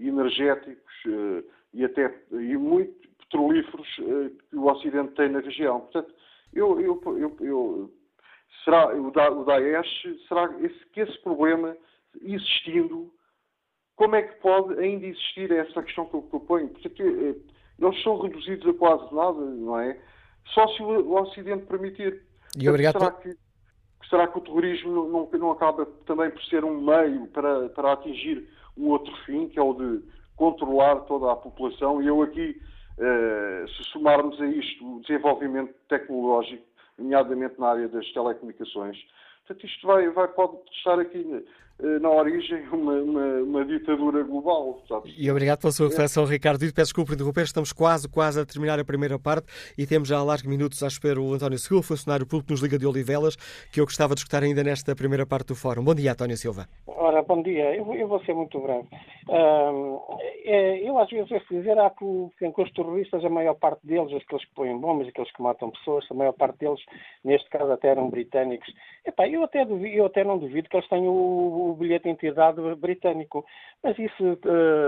energéticos uh, e até e muito petrolíferos uh, que o Ocidente tem na região. Portanto, eu, eu, eu, eu, será o, da, o Daesh, será esse, que esse problema existindo, como é que pode ainda existir essa questão que eu proponho? Portanto, eles são reduzidos a quase nada, não é? Só se o Ocidente permitir. E obrigado. Será que, será que o terrorismo não, não acaba também por ser um meio para, para atingir um outro fim, que é o de controlar toda a população? E eu aqui, eh, se somarmos a isto o desenvolvimento tecnológico, nomeadamente na área das telecomunicações, portanto, isto vai, vai, pode estar aqui na, na origem uma, uma, uma ditadura global, sabes? E obrigado pela sua reflexão, Ricardo. Peço desculpa por interromper, estamos quase, quase a terminar a primeira parte e temos já largos minutos à espera o António Silva, funcionário público que nos liga de Odivelas, que eu gostava de escutar ainda nesta primeira parte do fórum. Bom dia, António Silva. Ora, bom dia. Eu, eu vou ser muito breve. Uh, é, eu às vezes ouço dizer há que, que os terroristas, a maior parte deles, aqueles que põem bombas, aqueles que matam pessoas, a maior parte deles, neste caso até eram britânicos. Epá, eu até, duvido, eu até não duvido que eles tenham o, o bilhete de identidade britânico, mas isso uh,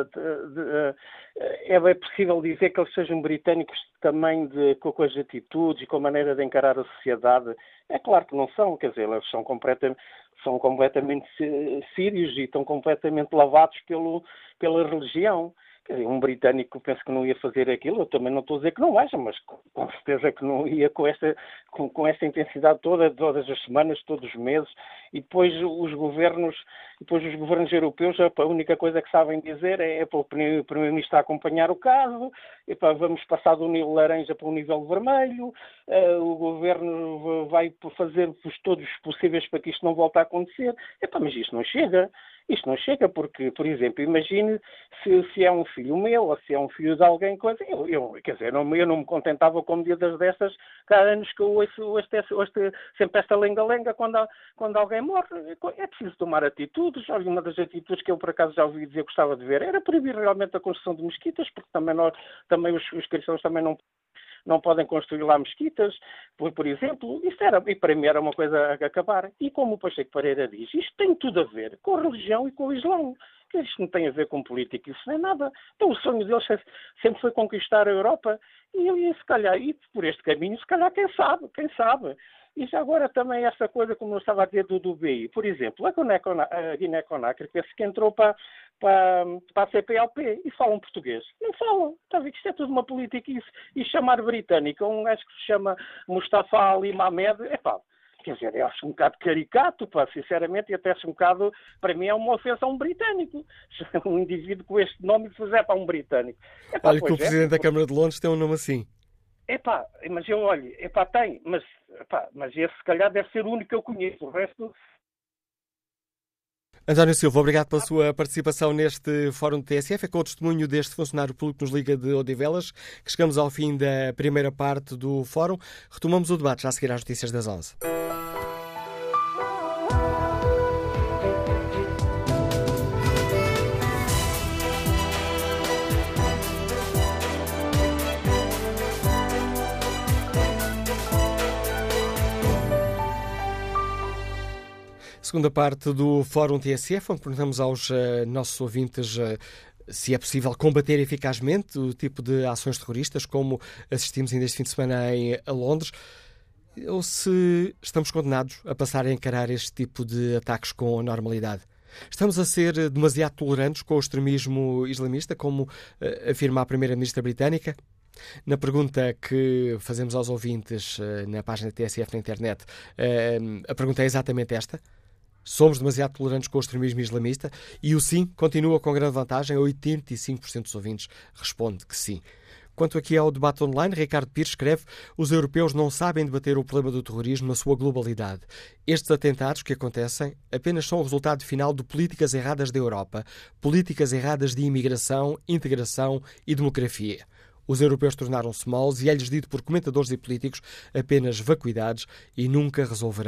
uh, uh, é possível dizer que eles sejam britânicos também de, com as atitudes e com a maneira de encarar a sociedade? É claro que não são, quer dizer, eles são completamente, são completamente sírios e estão completamente lavados pelo, pela religião. Quer dizer, um britânico penso que não ia fazer aquilo, eu também não estou a dizer que não haja, mas com certeza que não ia com esta, com, com esta intensidade toda, todas as semanas, todos os meses, e depois os governos, depois os governos europeus, a única coisa que sabem dizer é, é para o Primeiro-Ministro acompanhar o caso, e para, vamos passar do nível laranja para o nível vermelho, uh, o governo vai fazer todos os possíveis para que isto não volte a acontecer. Epá, mas isto não chega. Isto não chega porque, por exemplo, imagine se, se é um filho meu ou se é um filho de alguém, coisa, eu, eu, quer dizer, não, eu não me contentava com medidas destas, que há anos que eu ouço este, este, sempre esta lenga-lenga quando, quando alguém morre. É preciso tomar atitudes. Olha, uma das atitudes que eu, por acaso, já ouvi dizer que gostava de ver era proibir realmente a construção de mesquitas, porque também, nós, também os, os cristãos também não não podem construir lá mesquitas, por, por exemplo. Isso era, e para mim era uma coisa a acabar. E como o Pacheco Pereira diz, isto tem tudo a ver com a religião e com o Islão. Isto não tem a ver com política, isso não é nada. Então o sonho deles sempre foi conquistar a Europa e, e se calhar, e por este caminho, se calhar, quem sabe, quem sabe. E já agora também essa coisa, como eu estava a dizer, do, do B I. Por exemplo, a Guiné-Conakry penso que entrou para, para, para a C P L P e falam português. Não falam. Está a ver que isto é tudo uma política e, e chamar britânico um gajo que se chama Mustafa Ali Mohamed, epá, quer dizer, eu acho um bocado caricato, pá, sinceramente, e até acho um bocado, para mim é uma ofensa a um britânico. Um indivíduo com este nome fizer para um britânico. Epá, olha que o Presidente é, da Câmara de Londres tem um nome assim. Epá, mas eu olho, epá, tem, mas, epá, mas esse se calhar deve ser o único que eu conheço, o resto... António Silva, obrigado pela sua participação neste Fórum do T S F. É com o testemunho deste funcionário público que nos liga de Odivelas que chegamos ao fim da primeira parte do Fórum. Retomamos o debate já a seguir às notícias das onze. Segunda parte do Fórum T S F, onde perguntamos aos uh, nossos ouvintes uh, se é possível combater eficazmente o tipo de ações terroristas, como assistimos ainda este fim de semana em a Londres, ou se estamos condenados a passar a encarar este tipo de ataques com normalidade. Estamos a ser demasiado tolerantes com o extremismo islamista, como uh, afirma a Primeira-Ministra britânica? Na pergunta que fazemos aos ouvintes uh, na página T S F na internet, uh, a pergunta é exatamente esta. Somos demasiado tolerantes com o extremismo islamista? E o sim continua com grande vantagem. oitenta e cinco por cento dos ouvintes responde que sim. Quanto aqui ao debate online, Ricardo Pires escreve: os europeus não sabem debater o problema do terrorismo na sua globalidade. Estes atentados que acontecem apenas são o resultado final de políticas erradas da Europa, políticas erradas de imigração, integração e demografia. Os europeus tornaram-se moles e é-lhes dito por comentadores e políticos apenas vacuidades e nunca resolverão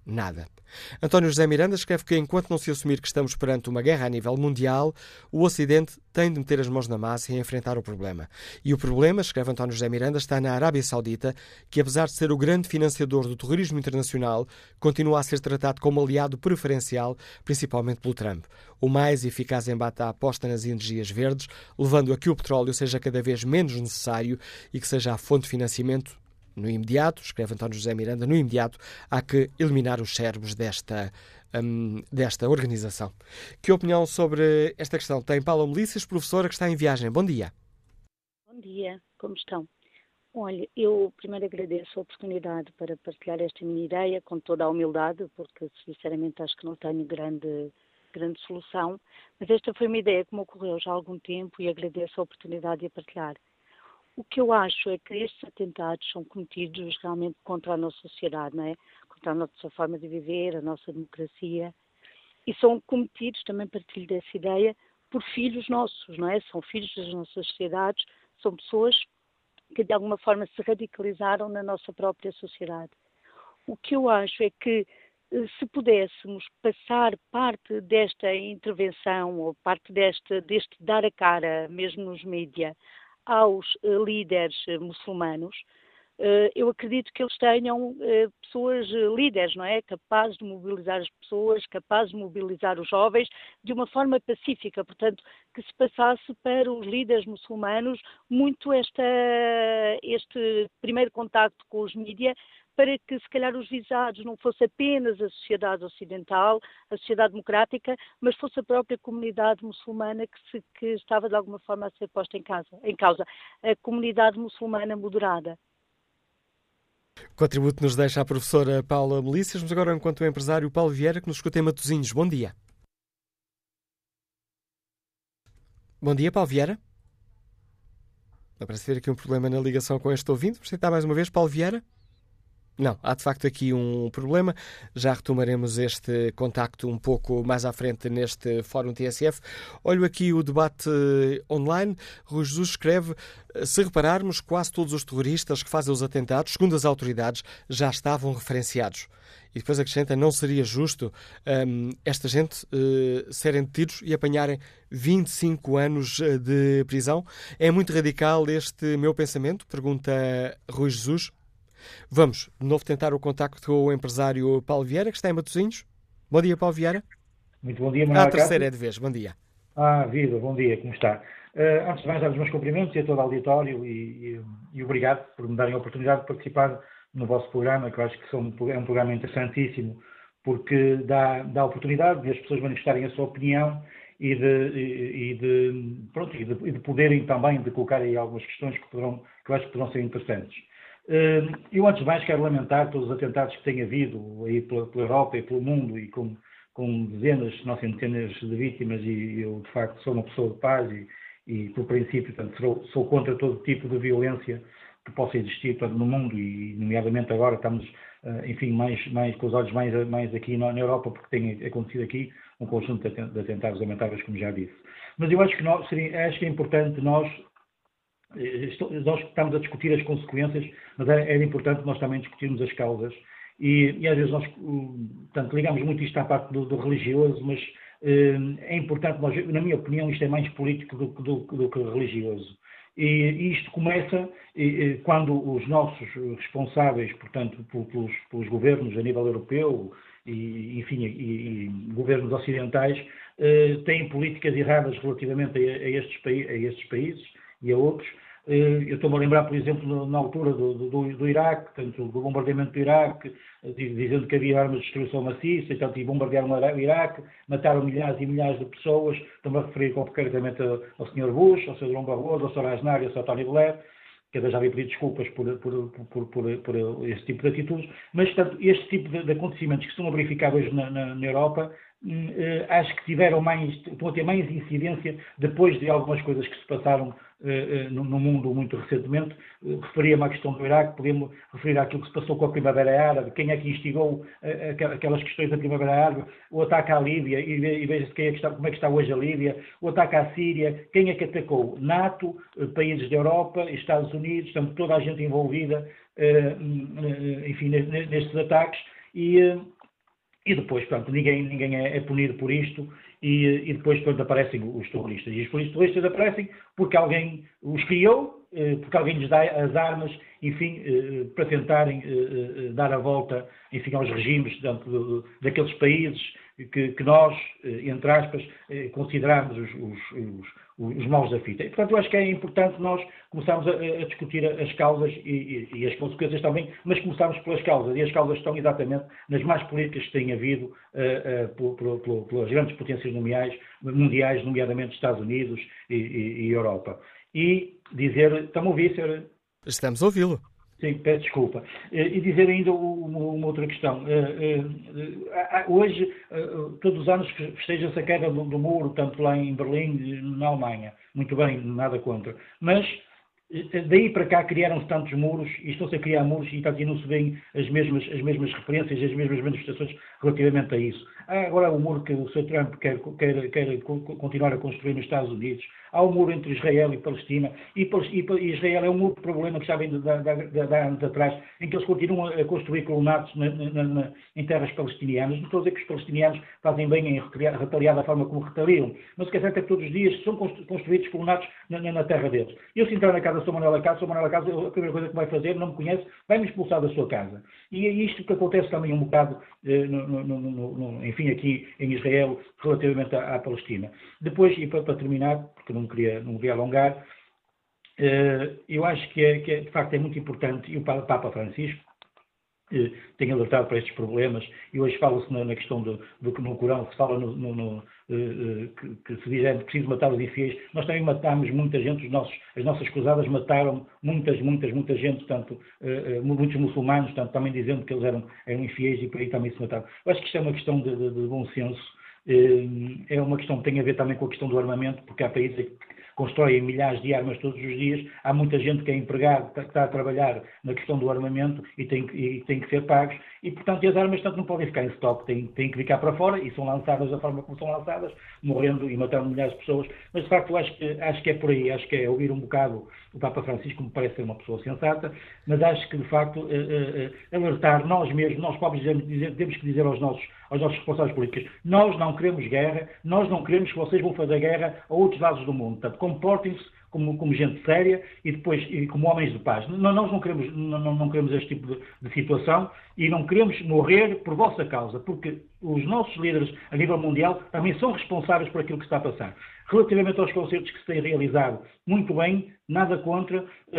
Nada. António José Miranda escreve que, enquanto não se assumir que estamos perante uma guerra a nível mundial, o Ocidente tem de meter as mãos na massa e enfrentar o problema. E o problema, escreve António José Miranda, está na Arábia Saudita, que, apesar de ser o grande financiador do terrorismo internacional, continua a ser tratado como aliado preferencial, principalmente pelo Trump. O mais eficaz embate à aposta nas energias verdes, levando a que o petróleo seja cada vez menos necessário e que seja a fonte de financiamento. No imediato, escreve António José Miranda, no imediato há que eliminar os cérebros desta, um, desta organização. Que opinião sobre esta questão tem Paula Melícias, professora que está em viagem? Bom dia. Bom dia, como estão? Olha, eu primeiro agradeço a oportunidade para partilhar esta minha ideia com toda a humildade, porque sinceramente acho que não tenho grande, grande solução, mas esta foi uma ideia que me ocorreu já há algum tempo e agradeço a oportunidade de a partilhar. O que eu acho é que estes atentados são cometidos realmente contra a nossa sociedade, não é? Contra a nossa forma de viver, a nossa democracia. E são cometidos, também partilho dessa ideia, por filhos nossos, não é? São filhos das nossas sociedades, são pessoas que de alguma forma se radicalizaram na nossa própria sociedade. O que eu acho é que se pudéssemos passar parte desta intervenção ou parte deste, deste dar a cara, mesmo nos mídias, aos uh, líderes uh, muçulmanos, uh, eu acredito que eles tenham uh, pessoas uh, líderes, não é? Capazes de mobilizar as pessoas, capazes de mobilizar os jovens de uma forma pacífica, portanto, que se passasse para os líderes muçulmanos muito esta, este primeiro contacto com os mídias, para que, se calhar, os visados não fosse apenas a sociedade ocidental, a sociedade democrática, mas fosse a própria comunidade muçulmana que, se, que estava, de alguma forma, a ser posta em, casa, em causa. A comunidade muçulmana moderada. Contributo nos deixa a professora Paula Melícias, mas agora, enquanto o empresário Paulo Vieira, que nos escuta em Matosinhos. Bom dia. Bom dia, Paulo Vieira. Parece haver aqui um problema na ligação com este ouvinte. Vamos tentar mais uma vez, Paulo Vieira. Não, há de facto aqui um problema. Já retomaremos este contacto um pouco mais à frente neste Fórum T S F. Olho aqui o debate online. Rui Jesus escreve: se repararmos, quase todos os terroristas que fazem os atentados, segundo as autoridades, já estavam referenciados. E depois acrescenta: não seria justo um, esta gente uh, serem detidos e apanharem vinte e cinco anos de prisão? É muito radical este meu pensamento? Pergunta Rui Jesus. Vamos, de novo, tentar o contacto com o empresário Paulo Vieira, que está em Matosinhos. Bom dia, Paulo Vieira. Muito bom dia, Manuel. A terceira é de vez. Bom dia. Ah, viva, bom dia, como está? Uh, antes de mais, dar os meus cumprimentos e a todo o auditório e, e, e obrigado por me darem a oportunidade de participar no vosso programa, que eu acho que são, é um programa interessantíssimo, porque dá, dá a oportunidade de as pessoas manifestarem a sua opinião e de, e, e de, pronto, e de, e de poderem também de colocar aí algumas questões que, poderão, que eu acho que poderão ser interessantes. Eu, antes de mais, quero lamentar todos os atentados que tem havido aí pela, pela Europa e pelo mundo, e com, com dezenas, se não centenas de vítimas, e eu, de facto, sou uma pessoa de paz e, e por princípio, portanto, sou, sou contra todo tipo de violência que possa existir, portanto, no mundo, e, nomeadamente, agora estamos, enfim, mais, mais, com os olhos mais, mais aqui na, na Europa, porque tem acontecido aqui um conjunto de atentados lamentáveis, como já disse. Mas eu acho que, nós, seria, acho que é importante nós... Nós estamos a discutir as consequências, mas era importante nós também discutirmos as causas. E, e às vezes nós, portanto, ligamos muito isto à parte do, do religioso, mas é importante, nós, na minha opinião, isto é mais político do, do, do que religioso. E, e isto começa e, quando os nossos responsáveis, portanto, pelos, pelos governos a nível europeu, e, enfim, e, e governos ocidentais, têm políticas erradas relativamente a, a, estes, a estes países e a outros. Eu estou-me a lembrar, por exemplo, na altura do, do, do Iraque, portanto, do bombardeamento do Iraque, dizendo que havia armas de destruição maciça, e, portanto, e bombardearam o Iraque, mataram milhares e milhares de pessoas. Estou-me a referir concretamente ao senhor Bush, ao senhor Durão Barroso, ao senhor Aznar e ao senhor Tony Blair, que eu já havia pedido desculpas por, por, por, por, por esse tipo de atitudes, mas, portanto, este tipo de, de acontecimentos que estão a verificar hoje na, na, na Europa, Uh, acho que tiveram mais, estão a ter mais incidência depois de algumas coisas que se passaram uh, uh, no, no mundo muito recentemente. Uh, referia-me à questão do Iraque, podemos referir àquilo que se passou com a Primavera Árabe, quem é que instigou uh, aquelas questões da Primavera Árabe, o ataque à Líbia, e, e veja-se quem é que está, como é que está hoje a Líbia, o ataque à Síria, quem é que atacou? NATO, uh, países da Europa, Estados Unidos, portanto, toda a gente envolvida, uh, uh, enfim, nestes ataques, e... Uh, e depois, portanto, ninguém, ninguém é, é punido por isto, e, e depois, portanto, aparecem os terroristas. E os terroristas aparecem porque alguém os criou, porque alguém lhes dá as armas, enfim, para tentarem dar a volta, enfim, aos regimes, portanto, daqueles países que, que nós, entre aspas, consideramos os, os, os, os maus da fita. E, portanto, eu acho que é importante nós começarmos a, a discutir as causas e, e, e as consequências também, mas começarmos pelas causas. E as causas estão exatamente nas más políticas que têm havido uh, uh, por, por, por, pelas grandes potências mundiais, mundiais, nomeadamente Estados Unidos e, e, e Europa. E dizer, estamos a ouvir, senhora? Estamos a ouvi-lo. Sim, peço desculpa. E dizer ainda uma, uma outra questão. Hoje, todos os anos, festeja-se a queda do, do muro, tanto lá em Berlim, na Alemanha. Muito bem, nada contra. Mas, daí para cá, criaram-se tantos muros, e estão-se a criar muros, e, e não se veem as mesmas, as mesmas referências, as mesmas manifestações relativamente a isso. Há agora o muro que o senhor Trump quer, quer, quer continuar a construir nos Estados Unidos. Há o muro entre Israel e Palestina, e, e Israel é um outro problema que já vem de, de, de, de anos atrás, em que eles continuam a construir colonatos na, na, na, em terras palestinianas. Não estou a dizer que os palestinianos fazem bem em retaliar da forma como retaliam, mas o que é certo é que todos os dias são construídos colonatos na, na, na terra deles. Eu, se entrar na casa de São Manuel Acácio, São Manuel Acácio, a primeira coisa que vai fazer, não me conhece, vai-me expulsar da sua casa. E é isto que acontece também um bocado, eh, no, no, no, no, enfim, aqui em Israel, relativamente à, à Palestina. Depois, e para, para terminar, porque não queria, não queria alongar, eh, eu acho que, é, que é, de facto é muito importante, e o Papa Francisco eh, tem alertado para estes problemas, e hoje fala-se na, na questão do, do que no Corão se fala no, no, no, eh, que, que se diz é preciso matar os infiéis. Nós também matámos muita gente, os nossos, as nossas cruzadas mataram muitas, muitas, muita gente, tanto, eh, muitos muçulmanos, tanto, também dizendo que eles eram, eram infiéis e por aí também se mataram. Eu acho que isto é uma questão de, de, de bom senso, é uma questão que tem a ver também com a questão do armamento, porque há países que constroem milhares de armas todos os dias, há muita gente que é empregado, que está a trabalhar na questão do armamento e tem, e tem que ser pagos, e portanto as armas tanto não podem ficar em estoque, têm, têm que ficar para fora e são lançadas da forma como são lançadas, morrendo e matando milhares de pessoas, mas de facto acho que, acho que é por aí, acho que é ouvir um bocado o Papa Francisco, me parece ser uma pessoa sensata, mas acho que de facto eh, eh, alertar nós mesmos, nós próprios temos que dizer aos nossos, aos nossos responsáveis políticos, nós não queremos guerra, nós não queremos que vocês vão fazer guerra a outros lados do mundo, portanto, comportem-se como, como gente séria e depois e como homens de paz. Nós não queremos, não, não queremos este tipo de, de situação e não queremos morrer por vossa causa, porque os nossos líderes a nível mundial também são responsáveis por aquilo que está a passar. Relativamente aos concertos que se têm realizado, muito bem, nada contra,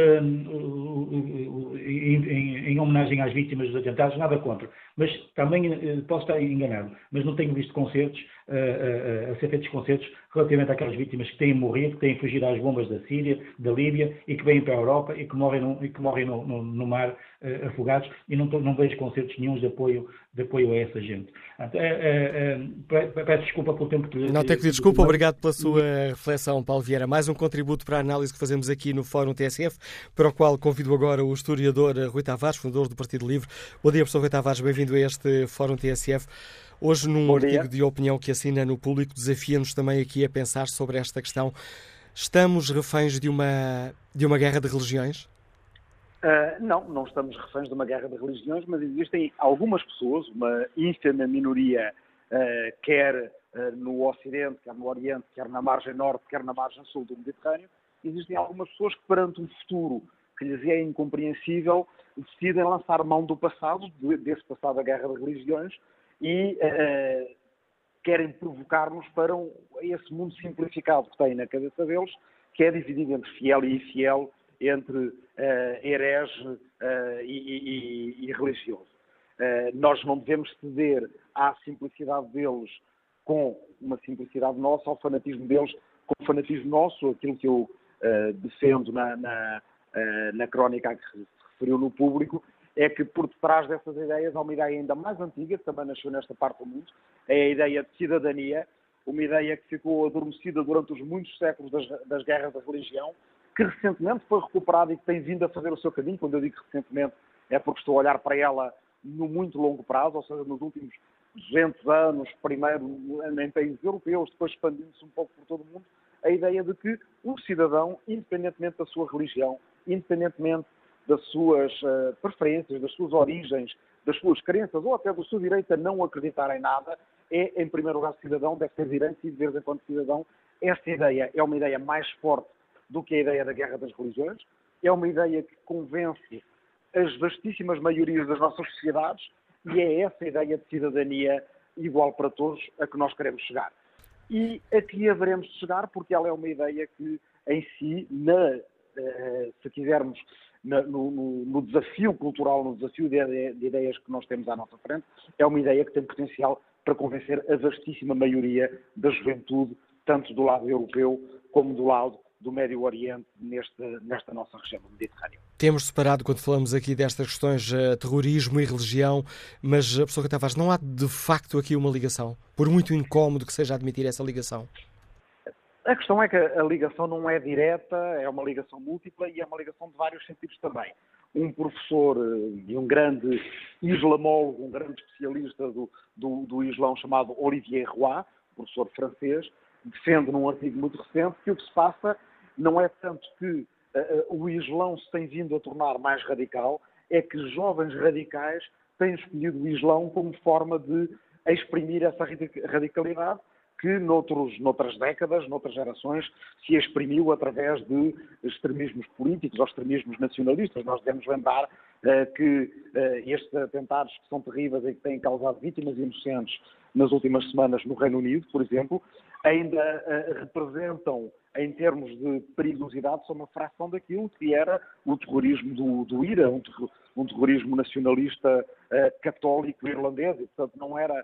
um, em, em, em homenagem às vítimas dos atentados, nada contra. Mas também uh, posso estar enganado, mas não tenho visto concertos, uh, uh, a ser feitos concertos relativamente àquelas vítimas que têm morrido, que têm fugido às bombas da Síria, da Líbia e que vêm para a Europa e que morrem no, e que morrem no, no, no mar uh, afogados, e não, não vejo concertos nenhum de apoio, de apoio a essa gente. Uh, uh, uh, peço desculpa pelo tempo que... Não tenho que pedir desculpa, obrigado pela sua reflexão, Paulo Vieira. Mais um contributo para a análise que fazemos aqui no Fórum T S F, para o qual convido agora o historiador Rui Tavares, fundador do Partido Livre. Bom dia, professor Rui Tavares, bem-vindo a este Fórum T S F. Hoje, num artigo de opinião que assina no Público, desafia-nos também aqui a pensar sobre esta questão. Estamos reféns de uma, de uma guerra de religiões? Uh, não, não estamos reféns de uma guerra de religiões, mas existem algumas pessoas, uma ínfima minoria, uh, quer uh, no Ocidente, quer no Oriente, quer na margem norte, quer na margem sul do Mediterrâneo, existem algumas pessoas que, perante um futuro que lhes é incompreensível, decidem lançar mão do passado, desse passado da guerra de religiões, e uh, querem provocar-nos para um, esse mundo simplificado que têm na cabeça deles, que é dividido entre fiel e infiel, entre uh, herege uh, e, e, e religioso. Uh, nós não devemos ceder à simplicidade deles com uma simplicidade nossa, ao fanatismo deles com o fanatismo nosso, aquilo que eu uh, defendo na, na, uh, na crónica a que se referiu no Público, é que por detrás dessas ideias há uma ideia ainda mais antiga, que também nasceu nesta parte do mundo, é a ideia de cidadania, uma ideia que ficou adormecida durante os muitos séculos das, das guerras da religião, que recentemente foi recuperada e que tem vindo a fazer o seu caminho. Quando eu digo recentemente, é porque estou a olhar para ela no muito longo prazo, ou seja, nos últimos duzentos anos, primeiro em países europeus, depois expandindo-se um pouco por todo o mundo, a ideia de que um cidadão, independentemente da sua religião, independentemente das suas uh, preferências, das suas origens, das suas crenças ou até do seu direito a não acreditar em nada, é, em primeiro lugar, cidadão, deve ter direitos e deveres enquanto cidadão. Esta ideia é uma ideia mais forte do que a ideia da guerra das religiões, é uma ideia que convence as vastíssimas maiorias das nossas sociedades e é essa ideia de cidadania igual para todos a que nós queremos chegar. E a que haveremos de chegar porque ela é uma ideia que, em si, na, se quisermos, na, no, no desafio cultural, no desafio de, de ideias que nós temos à nossa frente, é uma ideia que tem potencial para convencer a vastíssima maioria da juventude, tanto do lado europeu como do lado do Médio Oriente, neste, nesta nossa região do Mediterrâneo. Temos separado, quando falamos aqui destas questões, uh, terrorismo e religião, mas, uh, professor Rui Tavares, não há de facto aqui uma ligação? Por muito incómodo que seja admitir essa ligação? A questão é que a ligação não é direta, é uma ligação múltipla e é uma ligação de vários sentidos também. Um professor e um grande islamólogo, um grande especialista do, do, do Islão chamado Olivier Roy, professor francês, defende num artigo muito recente que o que se passa não é tanto que uh, o Islão se tem vindo a tornar mais radical, é que jovens radicais têm escolhido o Islão como forma de exprimir essa radicalidade que noutros, noutras décadas, noutras gerações, se exprimiu através de extremismos políticos ou extremismos nacionalistas. Nós devemos lembrar uh, que uh, estes atentados que são terríveis e que têm causado vítimas inocentes nas últimas semanas no Reino Unido, por exemplo, ainda uh, representam, em termos de perigosidade, só uma fração daquilo que era o terrorismo do, do IRA, um, terro, um terrorismo nacionalista uh, católico irlandês, e, portanto, não era,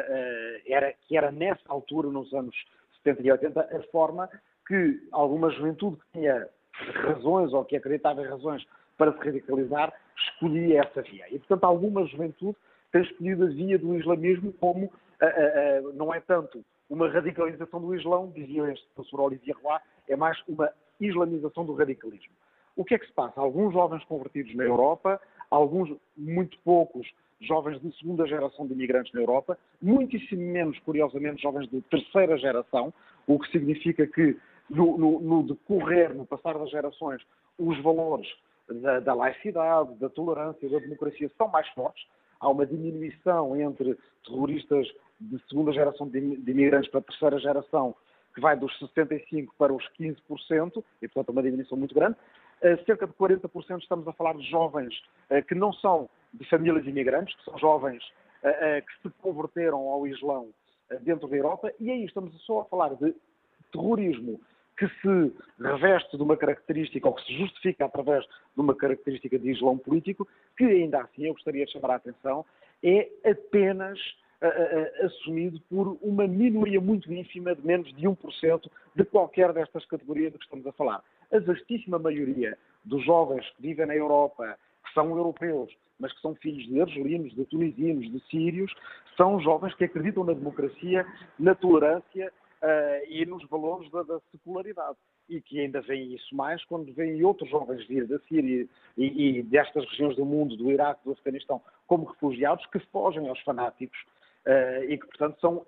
uh, era, que era nessa altura, nos anos setenta e oitenta, a forma que alguma juventude que tinha razões ou que acreditava em razões para se radicalizar, escolhia essa via. E, portanto, alguma juventude tem escolhido a via do islamismo como, uh, uh, uh, não é tanto uma radicalização do Islão, dizia este professor Olivier Roy, é mais uma islamização do radicalismo. O que é que se passa? Alguns jovens convertidos na Europa, alguns, muito poucos, jovens de segunda geração de imigrantes na Europa, muitíssimo menos, curiosamente, jovens de terceira geração, o que significa que no, no, no decorrer, no passar das gerações, os valores da, da laicidade, da tolerância, da democracia são mais fortes. Há uma diminuição entre terroristas de segunda geração de imigrantes para a terceira geração, que vai dos sessenta e cinco por cento para os quinze por cento, e portanto uma diminuição muito grande. Uh, cerca de quarenta por cento estamos a falar de jovens uh, que não são de famílias imigrantes, que são jovens uh, uh, que se converteram ao Islão uh, dentro da Europa, e aí estamos só a falar de terrorismo que se reveste de uma característica, ou que se justifica através de uma característica de Islão político, que ainda assim eu gostaria de chamar a atenção, é apenas uh, uh, assumido por uma minoria muito ínfima de menos de um por cento de qualquer destas categorias de que estamos a falar. A vastíssima maioria dos jovens que vivem na Europa, que são europeus, mas que são filhos de argelinos, de tunisinos, de sírios, são jovens que acreditam na democracia, na tolerância uh, e nos valores da, da secularidade. E que ainda veem isso mais quando veem outros jovens vir da Síria e, e destas regiões do mundo, do Iraque, do Afeganistão, como refugiados, que fogem aos fanáticos uh, e que, portanto, são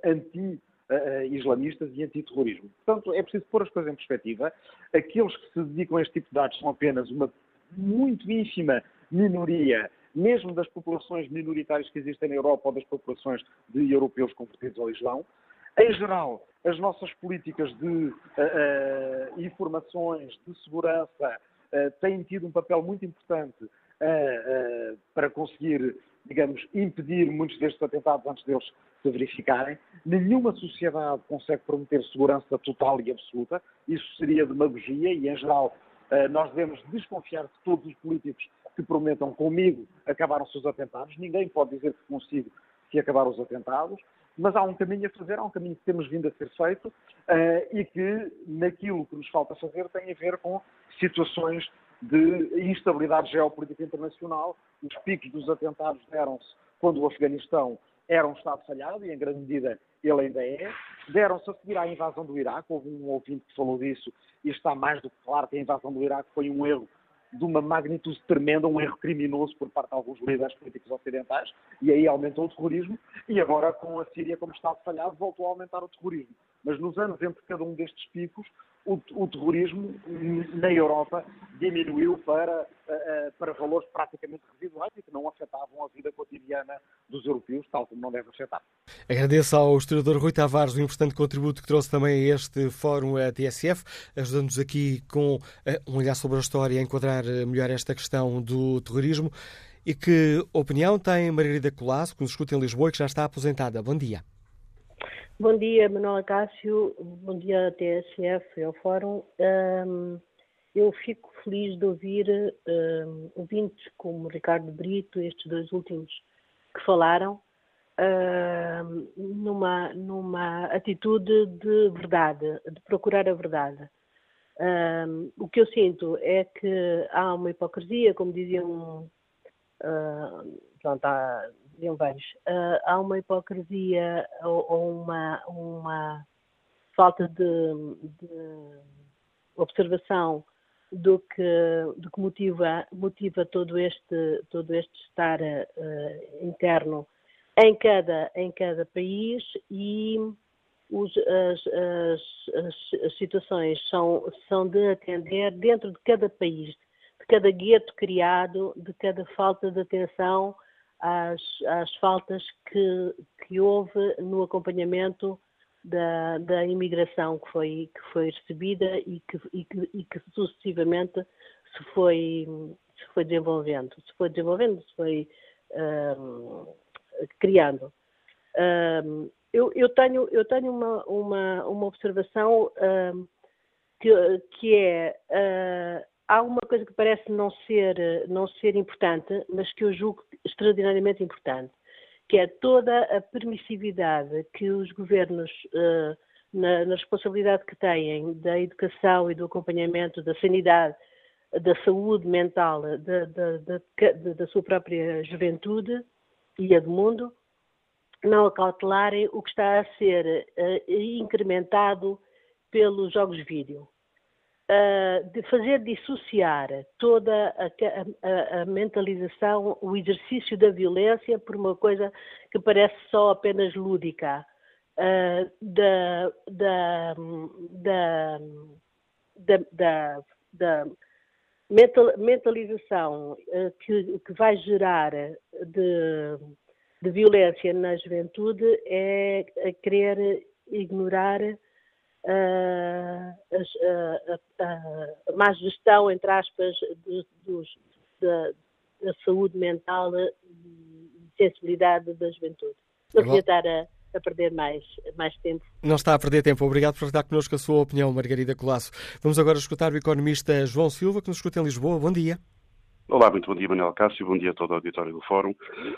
anti-islamistas e antiterrorismo. Portanto, é preciso pôr as coisas em perspectiva. Aqueles que se dedicam a este tipo de atos são apenas uma muito ínfima minoria, mesmo das populações minoritárias que existem na Europa ou das populações de europeus convertidos ao Islão. Em geral, as nossas políticas de uh, uh, informações, de segurança, uh, têm tido um papel muito importante uh, uh, para conseguir, digamos, impedir muitos destes atentados antes deles se verificarem. Nenhuma sociedade consegue prometer segurança total e absoluta. Isso seria demagogia e, em geral, uh, nós devemos desconfiar de todos os políticos que prometam comigo acabaram-se os atentados. Ninguém pode dizer que consigo se acabar os atentados. Mas há um caminho a fazer, há um caminho que temos vindo a ser feito uh, e que, naquilo que nos falta fazer, tem a ver com situações de instabilidade geopolítica internacional. Os picos dos atentados deram-se quando o Afeganistão era um Estado falhado, e em grande medida ele ainda é. Deram-se a seguir à invasão do Iraque. Houve um ouvinte que falou disso, e está mais do que claro que a invasão do Iraque foi um erro de uma magnitude tremenda, um erro criminoso por parte de alguns líderes políticos ocidentais, e aí aumentou o terrorismo, e agora com a Síria como Estado falhado voltou a aumentar o terrorismo. mas nos anos entre cada um destes picos, o, o terrorismo na Europa diminuiu para, uh, para valores praticamente residuais e que não afetavam a vida cotidiana dos europeus, tal como não deve afetar. Agradeço ao historiador Rui Tavares o importante contributo que trouxe também a este Fórum T S F, ajudando-nos aqui com uh, um olhar sobre a história a enquadrar melhor esta questão do terrorismo. E que opinião tem Margarida Colasso, que nos escuta em Lisboa e que já está aposentada? Bom dia. Bom dia, Manuela Cássio. Bom dia à T S F e ao Fórum. Um, eu fico feliz de ouvir um, ouvintes como Ricardo Brito, estes dois últimos que falaram, um, numa, numa atitude de verdade, de procurar a verdade. Um, o que eu sinto é que há uma hipocrisia, como diziam, uh, pronto, há, diziam vários, uh, há uma hipocrisia ou, ou uma, uma falta de, de observação do que, do que motiva, motiva todo este, todo este estar uh, interno em cada, em cada país e os, as, as, as, as situações são, são de atender dentro de cada país, de cada gueto criado, de cada falta de atenção às, às faltas que, que houve no acompanhamento da, da imigração que foi, que foi recebida e que, e, que, e que sucessivamente se foi, se foi desenvolvendo, se foi desenvolvendo, se foi um, criando. Um, eu, eu tenho, eu tenho uma, uma, uma observação um, que, que é, uh, há uma coisa que parece não ser, não ser importante, mas que eu julgo extraordinariamente importante, que é toda a permissividade que os governos, uh, na, na responsabilidade que têm da educação e do acompanhamento da sanidade, da saúde mental da, da, da, da sua própria juventude e a do mundo, não acautelarem o que está a ser uh, incrementado pelos jogos de vídeo. Uh, de fazer dissociar toda a, a, a mentalização, o exercício da violência por uma coisa que parece só apenas lúdica, uh, da, da, da, da, da, da mental, mentalização uh, que, que vai gerar de, de violência na juventude é a querer ignorar Uh, a, a, a má gestão, entre aspas, de, dos, da, da saúde mental e sensibilidade da juventude. Não queria estar a, a perder mais, mais tempo. Não está a perder tempo. Obrigado por estar connosco a sua opinião, Margarida Colasso. Vamos agora escutar o economista João Silva, que nos escuta em Lisboa. Bom dia. Olá, muito bom dia, Manuel Cássio, bom dia a todo o auditório do Fórum.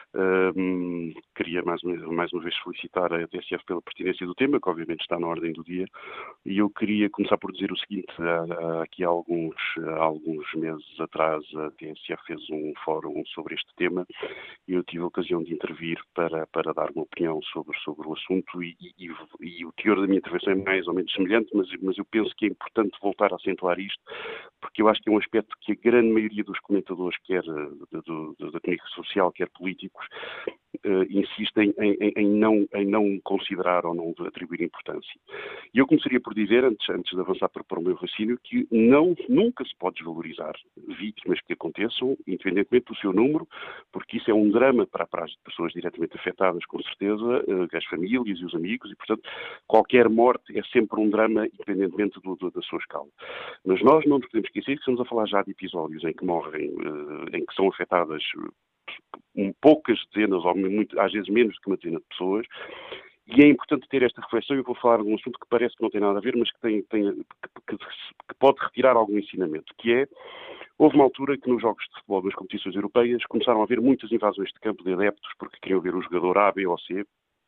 Um, queria mais uma, mais uma vez felicitar a T S F pela pertinência do tema, que obviamente está na ordem do dia, e eu queria começar por dizer o seguinte: aqui há alguns, há alguns meses atrás a T S F fez um fórum sobre este tema e eu tive a ocasião de intervir para, para dar uma opinião sobre, sobre o assunto e, e, e o teor da minha intervenção é mais ou menos semelhante, mas, mas eu penso que é importante voltar a acentuar isto, porque eu acho que é um aspecto que a grande maioria dos comentadores, quer da comunicação social, quer políticos, uh, insistem em, em, em, não, em não considerar ou não atribuir importância. E eu começaria por dizer, antes, antes de avançar para, para o meu raciocínio, que não, nunca se pode desvalorizar vítimas que aconteçam, independentemente do seu número, porque isso é um drama para, para as pessoas diretamente afetadas, com certeza, uh, as famílias e os amigos, e, portanto, qualquer morte é sempre um drama, independentemente do, do, da sua escala. Mas nós não nos podemos esquecer que estamos a falar já de episódios em que morrem, uh, em que são afetadas um, poucas dezenas, ou muito, às vezes menos do que uma dezena de pessoas, e é importante ter esta reflexão. Eu vou falar de um assunto que parece que não tem nada a ver, mas que, tem, tem, que, que, que pode retirar algum ensinamento, que é, houve uma altura que nos jogos de futebol das competições europeias começaram a haver muitas invasões de campo de adeptos porque queriam ver o jogador A, B ou C,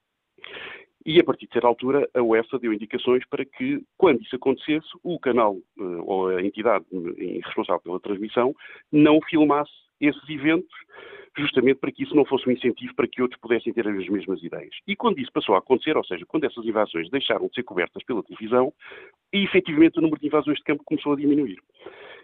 e a partir de certa altura a UEFA deu indicações para que, quando isso acontecesse, o canal ou a entidade responsável pela transmissão não filmasse esses eventos, justamente para que isso não fosse um incentivo para que outros pudessem ter as mesmas ideias. E quando isso passou a acontecer, ou seja, quando essas invasões deixaram de ser cobertas pela televisão, e efetivamente o número de invasões de campo começou a diminuir.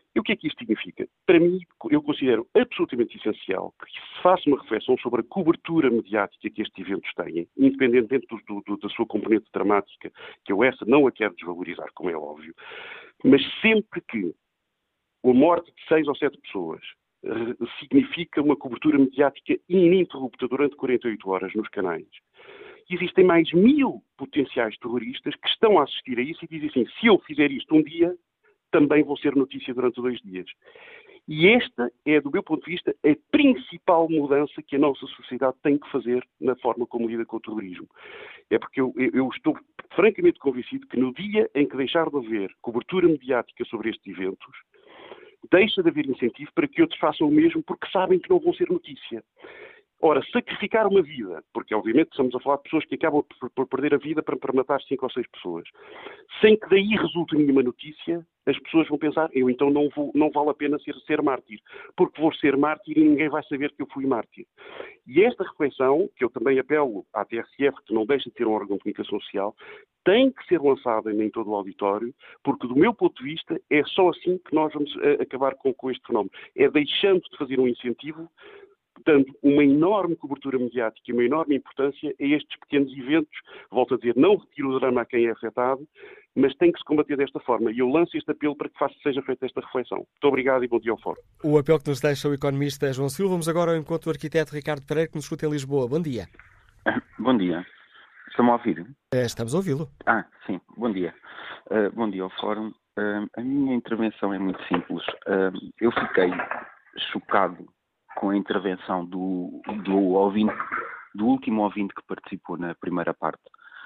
E o que é que isto significa? Para mim, eu considero absolutamente essencial que se faça uma reflexão sobre a cobertura mediática que estes eventos têm, independentemente do, do, da sua componente dramática, que eu essa não a quero desvalorizar, como é óbvio, mas sempre que a morte de seis ou sete pessoas significa uma cobertura mediática ininterrupta durante quarenta e oito horas nos canais, existem mais mil potenciais terroristas que estão a assistir a isso e dizem assim, se eu fizer isto um dia, também vou ser notícia durante dois dias. E esta é, do meu ponto de vista, a principal mudança que a nossa sociedade tem que fazer na forma como lida com o terrorismo. É porque eu, eu estou francamente convencido que no dia em que deixar de haver cobertura mediática sobre estes eventos, deixa de haver incentivo para que outros façam o mesmo porque sabem que não vão ser notícia. Ora, sacrificar uma vida, porque obviamente estamos a falar de pessoas que acabam por, por perder a vida para, para matar cinco ou seis pessoas, sem que daí resulte nenhuma notícia, as pessoas vão pensar, eu então não, vou, não vale a pena ser, ser mártir, porque vou ser mártir e ninguém vai saber que eu fui mártir. E esta reflexão, que eu também apelo à T S F, que não deixa de ser um órgão de comunicação social, tem que ser lançada em todo o auditório, porque do meu ponto de vista é só assim que nós vamos a, acabar com, com este fenómeno. É deixando de fazer um incentivo, dando uma enorme cobertura mediática e uma enorme importância a estes pequenos eventos. Volto a dizer, não retiro o drama a quem é afetado, mas tem que se combater desta forma. E eu lanço este apelo para que faça, seja feita esta reflexão. Muito obrigado e bom dia ao Fórum. O apelo que nos deixa o economista João Silva. Vamos agora ao encontro do arquiteto Ricardo Pereira, que nos escuta em Lisboa. Bom dia. Bom dia. Estão a ouvir? Estamos a ouvi-lo. Ah, sim. Bom dia. Uh, bom dia ao Fórum. Uh, a minha intervenção é muito simples. Uh, eu fiquei chocado com a intervenção do, do, ouvinte, do último ouvinte que participou na primeira parte,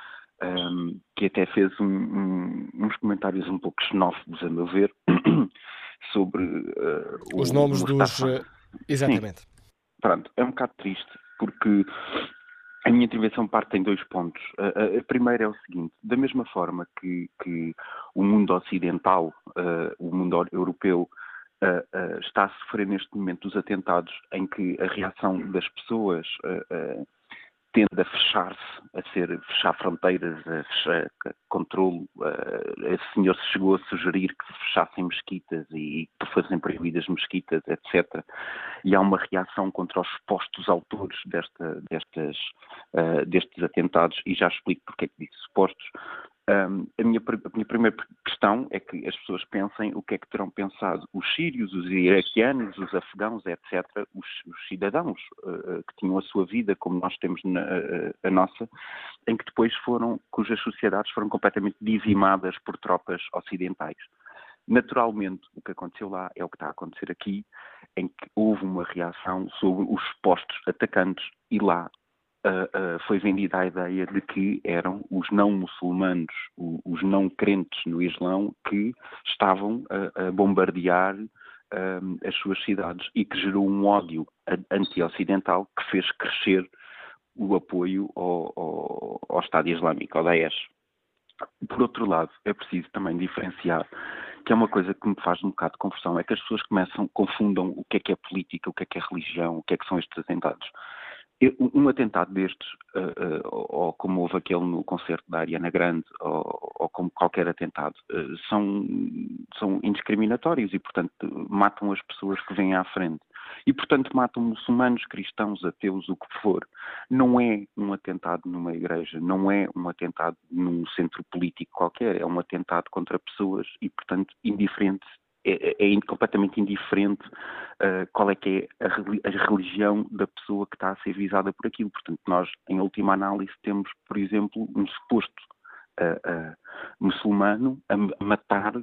um, que até fez um, um, uns comentários um pouco xenófobos, a meu ver, sobre uh, os o, nomes o dos... Uh, exatamente. Sim. Pronto, é um bocado triste, porque a minha intervenção parte em dois pontos. A, a, a primeira é o seguinte, da mesma forma que, que o mundo ocidental, uh, o mundo europeu, Uh, uh, está a sofrer neste momento os atentados em que a reação das pessoas uh, uh, tende a fechar-se, a ser fechar fronteiras, a fechar controle. Uh, esse senhor chegou a sugerir que se fechassem mesquitas e que fossem proibidas mesquitas, etcétera. E há uma reação contra os supostos autores desta, destas, uh, destes atentados, e já explico porque é que disse supostos. Um, a, minha, a minha primeira questão é que as pessoas pensem o que é que terão pensado os sírios, os iraquianos, os afegãos, etcétera, os, os cidadãos uh, que tinham a sua vida como nós temos na, a, a nossa, em que depois foram, cujas sociedades foram completamente dizimadas por tropas ocidentais. Naturalmente, o que aconteceu lá é o que está a acontecer aqui, em que houve uma reação sobre os supostos atacantes e lá Uh, uh, foi vendida a ideia de que eram os não-muçulmanos, o, os não-crentes no Islão, que estavam a, a bombardear uh, as suas cidades e que gerou um ódio anti-ocidental que fez crescer o apoio ao, ao, ao Estado Islâmico, ao Daesh. Por outro lado, é preciso também diferenciar, que é uma coisa que me faz um bocado de confusão, é que as pessoas começam, confundam o que é que é política, o que é que é religião, o que é que são estes atentados. Um atentado destes, uh, uh, ou como houve aquele no concerto da Ariana Grande, ou, ou como qualquer atentado, uh, são, são indiscriminatórios e, portanto, matam as pessoas que vêm à frente. E, portanto, matam muçulmanos, cristãos, ateus, o que for. Não é um atentado numa igreja, não é um atentado num centro político qualquer, é um atentado contra pessoas e, portanto, indiferente. É, é completamente indiferente uh, qual é que é a, a religião da pessoa que está a ser visada por aquilo. Portanto, nós, em última análise, temos, por exemplo, um suposto uh, uh, muçulmano a matar uh,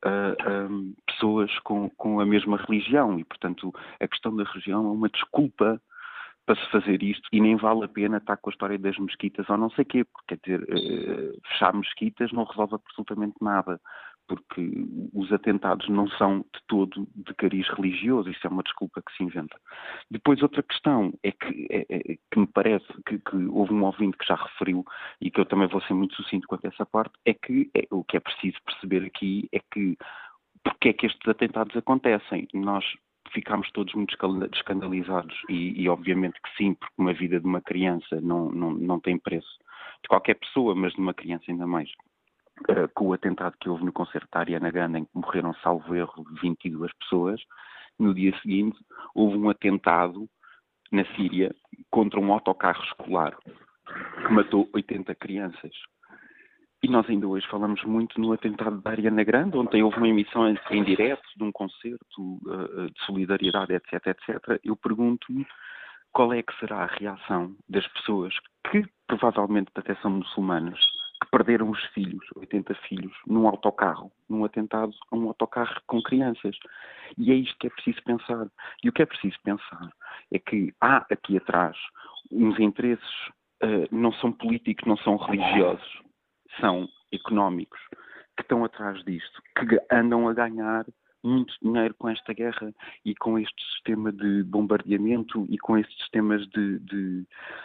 um, pessoas com, com a mesma religião. E, portanto, a questão da religião é uma desculpa para se fazer isto e nem vale a pena estar com a história das mesquitas ou não sei o quê. Porque, quer dizer, uh, fechar mesquitas não resolve absolutamente nada, porque os atentados não são de todo de cariz religioso, isso é uma desculpa que se inventa. Depois, outra questão é que, é, é, que me parece que, que houve um ouvinte que já referiu, e que eu também vou ser muito sucinto quanto a essa parte, é que é, o que é preciso perceber aqui é que porque é que estes atentados acontecem. Nós ficámos todos muito escandalizados e, e obviamente que sim, porque uma vida de uma criança não, não, não tem preço. De qualquer pessoa, mas de uma criança ainda mais. uh, com o atentado que houve no concerto da Ariana Grande, em que morreram, salvo erro, vinte e duas pessoas. No dia seguinte, houve um atentado na Síria contra um autocarro escolar que matou oitenta crianças. E nós ainda hoje falamos muito no atentado da Ariana Grande. Ontem houve uma emissão em, em direto de um concerto uh, de solidariedade, etc, etcétera. Eu pergunto-me qual é que será a reação das pessoas que provavelmente até são muçulmanas, que perderam os filhos, oitenta filhos, num autocarro, num atentado a um autocarro com crianças. E é isto que é preciso pensar. E o que é preciso pensar é que há aqui atrás uns interesses, uh, não são políticos, não são religiosos, são económicos, que estão atrás disto, que andam a ganhar muito dinheiro com esta guerra e com este sistema de bombardeamento e com estes sistemas de, de,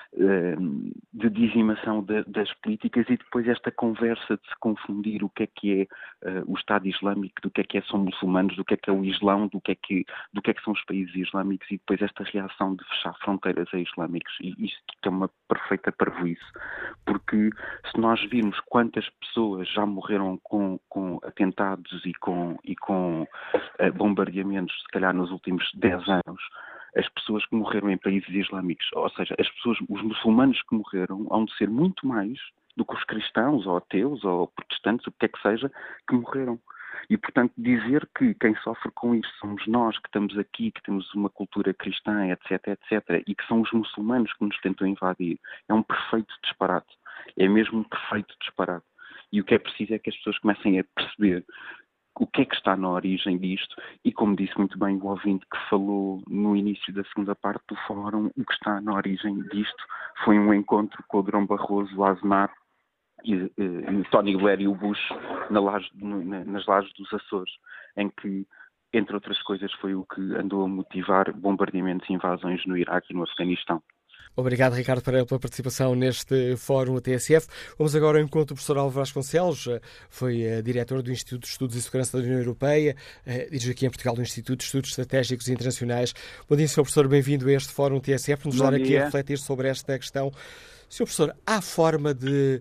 de dizimação de, das políticas, e depois esta conversa de se confundir o que é que é uh, o Estado Islâmico, do que é que é, são muçulmanos, do que é que é o Islão, do que é que, do que é que são os países islâmicos, e depois esta reação de fechar fronteiras a islâmicos. E isto é uma perfeita parvoíce, porque se nós virmos quantas pessoas já morreram com, com atentados e com, e com Uh, bombardeamentos, se calhar nos últimos dez anos, as pessoas que morreram em países islâmicos, ou seja, as pessoas, os muçulmanos que morreram, hão de ser muito mais do que os cristãos, ou ateus, ou protestantes, o que é que seja, que morreram. E, portanto, dizer que quem sofre com isto somos nós, que estamos aqui, que temos uma cultura cristã, etc, etcétera, e que são os muçulmanos que nos tentam invadir, é um perfeito disparate. É mesmo um perfeito disparate. E o que é preciso é que as pessoas comecem a perceber o que é que está na origem disto, e como disse muito bem o ouvinte que falou no início da segunda parte do fórum, o que está na origem disto foi um encontro com o Durão Barroso, o Aznar e, e, e Tony Blair e o Bush na laje, na, nas lajes dos Açores, em que, entre outras coisas, foi o que andou a motivar bombardeamentos e invasões no Iraque e no Afeganistão. Obrigado, Ricardo Pereira, pela participação neste Fórum T S F. Vamos agora ao encontro do professor Álvaro Vasconcelos, foi uh, diretor do Instituto de Estudos e Segurança da União Europeia, uh, dirige aqui em Portugal o Instituto de Estudos Estratégicos Internacionais. Bom dia, senhor Professor, bem-vindo a este Fórum T S F, para nos dar aqui a refletir sobre esta questão. senhor Professor, há forma de,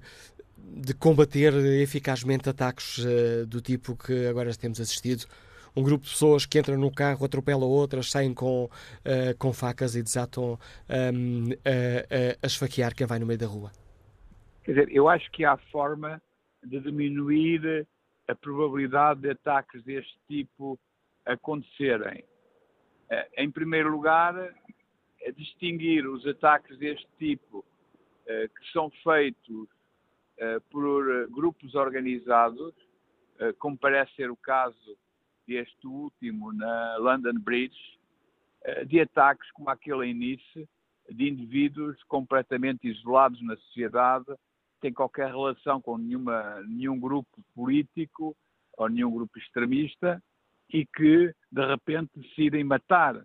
de combater eficazmente ataques uh, do tipo que agora temos assistido? Um grupo de pessoas que entram no carro, atropela outras, saem com, uh, com facas e desatam um, uh, uh, a esfaquear quem vai no meio da rua. Quer dizer, eu acho que há forma de diminuir a probabilidade de ataques deste tipo acontecerem. Uh, em primeiro lugar, é distinguir os ataques deste tipo uh, que são feitos uh, por uh, grupos organizados, uh, como parece ser o caso deste último na London Bridge, de ataques como aquele em Nice, de indivíduos completamente isolados na sociedade, sem qualquer relação com nenhuma, nenhum grupo político ou nenhum grupo extremista, e que, de repente, decidem matar,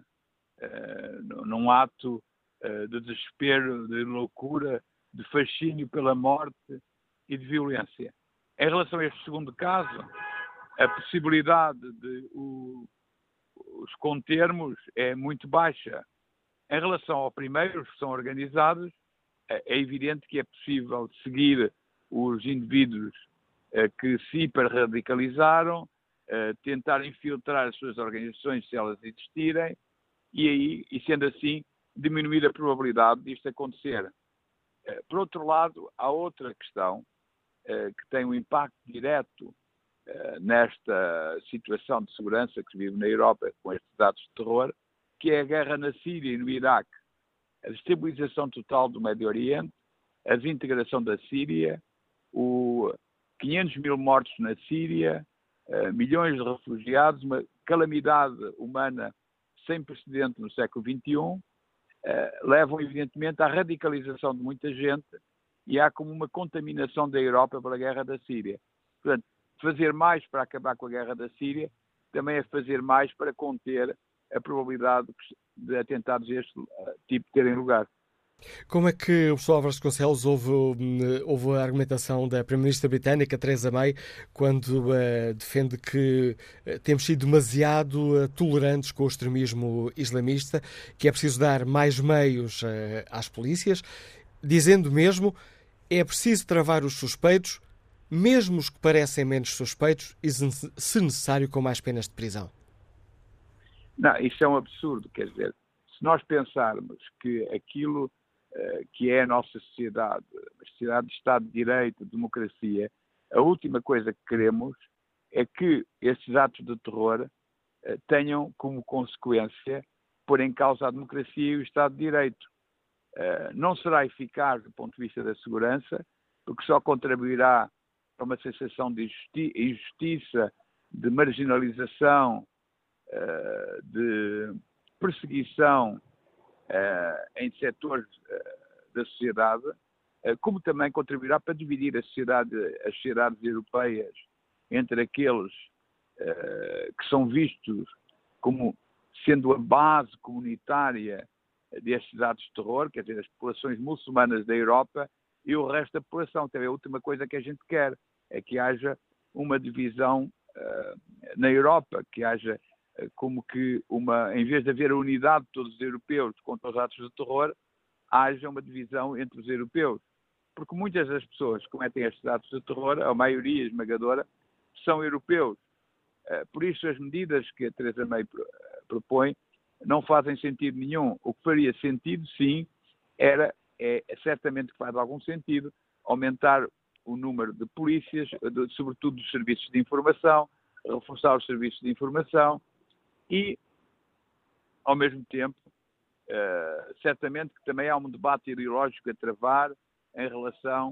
uh, num ato uh, de desespero, de loucura, de fascínio pela morte e de violência. Em relação a este segundo caso, a possibilidade de o, os contermos é muito baixa. Em relação ao primeiro, os que são organizados, é evidente que é possível seguir os indivíduos eh, que se hiperradicalizaram, eh, tentar infiltrar as suas organizações se elas existirem, e aí, e sendo assim, diminuir a probabilidade disto acontecer. Eh, por outro lado, há outra questão eh, que tem um impacto direto nesta situação de segurança que se vive na Europa com estes atos de terror, que é a guerra na Síria e no Iraque, a destabilização total do Médio Oriente, a desintegração da Síria, o quinhentos mil mortos na Síria, milhões de refugiados, uma calamidade humana sem precedente no século vinte e um, levam evidentemente à radicalização de muita gente, e há como uma contaminação da Europa pela guerra da Síria. Portanto, fazer mais para acabar com a guerra da Síria também é fazer mais para conter a probabilidade de atentados deste tipo terem lugar. Como é que o professor Álvaro Vasconcelos ouve, ouve a argumentação da Primeira-Ministra britânica, Theresa May, quando uh, defende que uh, temos sido demasiado uh, tolerantes com o extremismo islamista, que é preciso dar mais meios uh, às polícias, dizendo mesmo é preciso travar os suspeitos, mesmo os que parecem menos suspeitos e, se necessário, com mais penas de prisão? Não, isso é um absurdo, quer dizer, se nós pensarmos que aquilo uh, que é a nossa sociedade, a sociedade de Estado de Direito, de democracia, a última coisa que queremos é que esses atos de terror uh, tenham como consequência pôr em causa a democracia e o Estado de Direito. Uh, não será eficaz do ponto de vista da segurança, porque só contribuirá para uma sensação de injusti- injustiça, de marginalização, uh, de perseguição uh, em setores uh, da sociedade, uh, como também contribuirá para dividir a sociedade, as sociedades europeias entre aqueles uh, que são vistos como sendo a base comunitária destes atos de terror, quer dizer, as populações muçulmanas da Europa e o resto da população. Também a última coisa que a gente quer é que haja uma divisão uh, na Europa, que haja uh, como que uma, em vez de haver a unidade de todos os europeus contra os atos de terror, haja uma divisão entre os europeus. Porque muitas das pessoas que cometem estes atos de terror, a maioria esmagadora, são europeus. Uh, por isso as medidas que a Theresa May propõe não fazem sentido nenhum. O que faria sentido, sim, era, é, certamente que faz algum sentido, aumentar o número de polícias, de, sobretudo dos serviços de informação, reforçar os serviços de informação e, ao mesmo tempo, uh, certamente que também há um debate ideológico a travar em relação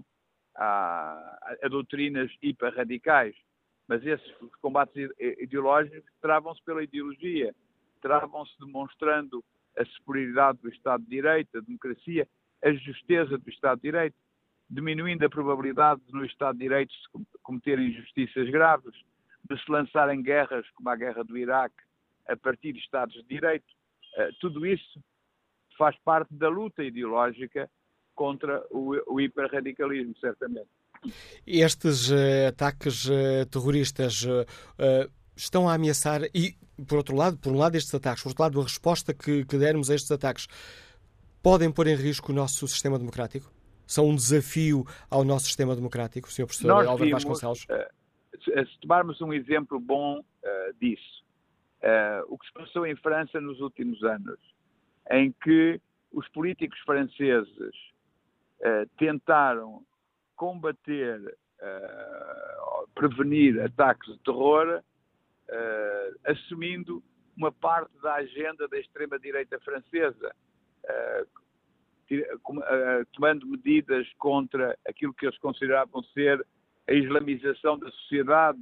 a, a, a doutrinas hiperradicais. Mas esses combates ideológicos travam-se pela ideologia, travam-se demonstrando a superioridade do Estado de Direito, a democracia, a justeza do Estado de Direito, diminuindo a probabilidade de no Estado de Direito se cometerem injustiças graves, de se lançarem guerras como a guerra do Iraque a partir de Estados de Direito. Uh, tudo isso faz parte da luta ideológica contra o, o hiperradicalismo, certamente. Estes uh, ataques uh, terroristas uh, uh, estão a ameaçar, e por outro lado, por um lado estes ataques, por outro lado a resposta que, que dermos a estes ataques, podem pôr em risco o nosso sistema democrático? São um desafio ao nosso sistema democrático, senhor professor Nós Álvaro vimos, Vasconcelos? Uh, se, se tomarmos um exemplo bom uh, disso, uh, o que se passou em França nos últimos anos, em que os políticos franceses uh, tentaram combater, uh, prevenir ataques de terror, uh, assumindo uma parte da agenda da extrema-direita francesa, uh, tomando medidas contra aquilo que eles consideravam ser a islamização da sociedade,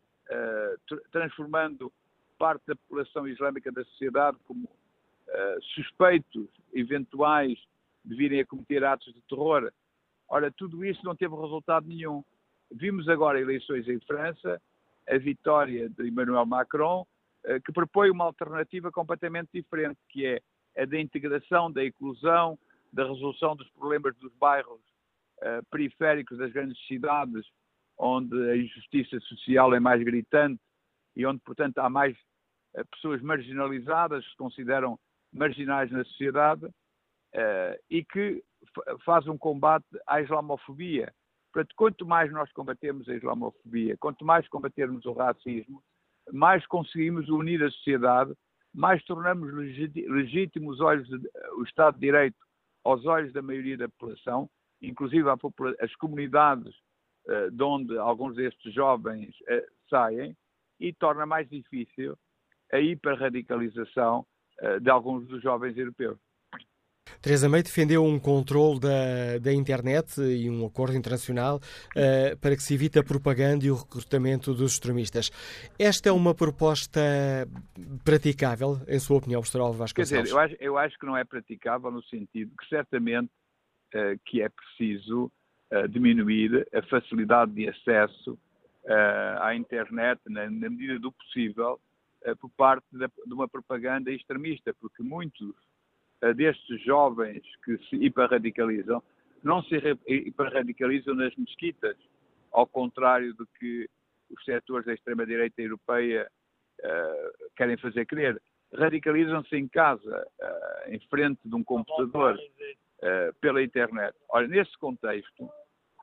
transformando parte da população islâmica da sociedade como suspeitos eventuais de virem a cometer atos de terror. Ora, tudo isso não teve resultado nenhum. Vimos agora eleições em França, a vitória de Emmanuel Macron, que propõe uma alternativa completamente diferente, que é a da integração, da inclusão, da resolução dos problemas dos bairros uh, periféricos das grandes cidades, onde a injustiça social é mais gritante e onde, portanto, há mais uh, pessoas marginalizadas, que se consideram marginais na sociedade, uh, e que faz um combate à islamofobia. Portanto, quanto mais nós combatemos a islamofobia, quanto mais combatermos o racismo, mais conseguimos unir a sociedade, mais tornamos legítimos os olhos de, o Estado de Direito aos olhos da maioria da população, inclusive a popula- as comunidades uh, de onde alguns destes jovens uh, saem, e torna mais difícil a hiperradicalização uh, de alguns dos jovens europeus. Theresa May defendeu um controle da, da internet e um acordo internacional uh, para que se evite a propaganda e o recrutamento dos extremistas. Esta é uma proposta praticável, em sua opinião, professor Álvaro Vasconcelos? Quer dizer, eu acho, eu acho que não é praticável no sentido que certamente uh, que é preciso uh, diminuir a facilidade de acesso uh, à internet na, na medida do possível uh, por parte da, de uma propaganda extremista, porque muitos destes jovens que se hiperradicalizam, não se hiperradicalizam nas mesquitas, ao contrário do que os setores da extrema-direita europeia uh, querem fazer crer. Radicalizam-se em casa, uh, em frente de um computador, uh, pela internet. Ora, nesse contexto,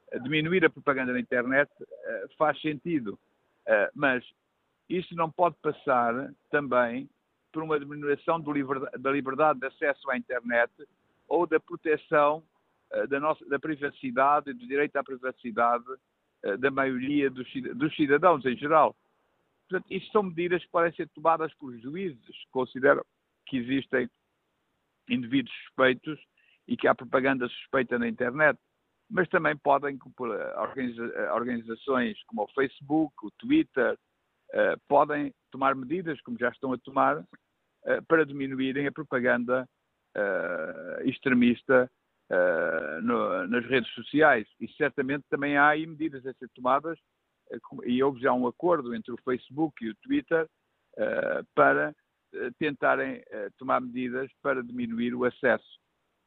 diminuir a propaganda na internet faz sentido, mas isso não pode passar também por uma diminuição do liberdade, da liberdade de acesso à internet ou da proteção da, nossa, da privacidade e do direito à privacidade da maioria dos, dos cidadãos em geral. Portanto, isto são medidas que podem ser tomadas por juízes que consideram que existem indivíduos suspeitos e que há propaganda suspeita na internet, mas também podem, por organizações como o Facebook, o Twitter, uh, podem tomar medidas, como já estão a tomar, uh, para diminuírem a propaganda uh, extremista uh, no, nas redes sociais. E certamente também há aí medidas a ser tomadas, uh, e houve já um acordo entre o Facebook e o Twitter uh, para uh, tentarem uh, tomar medidas para diminuir o acesso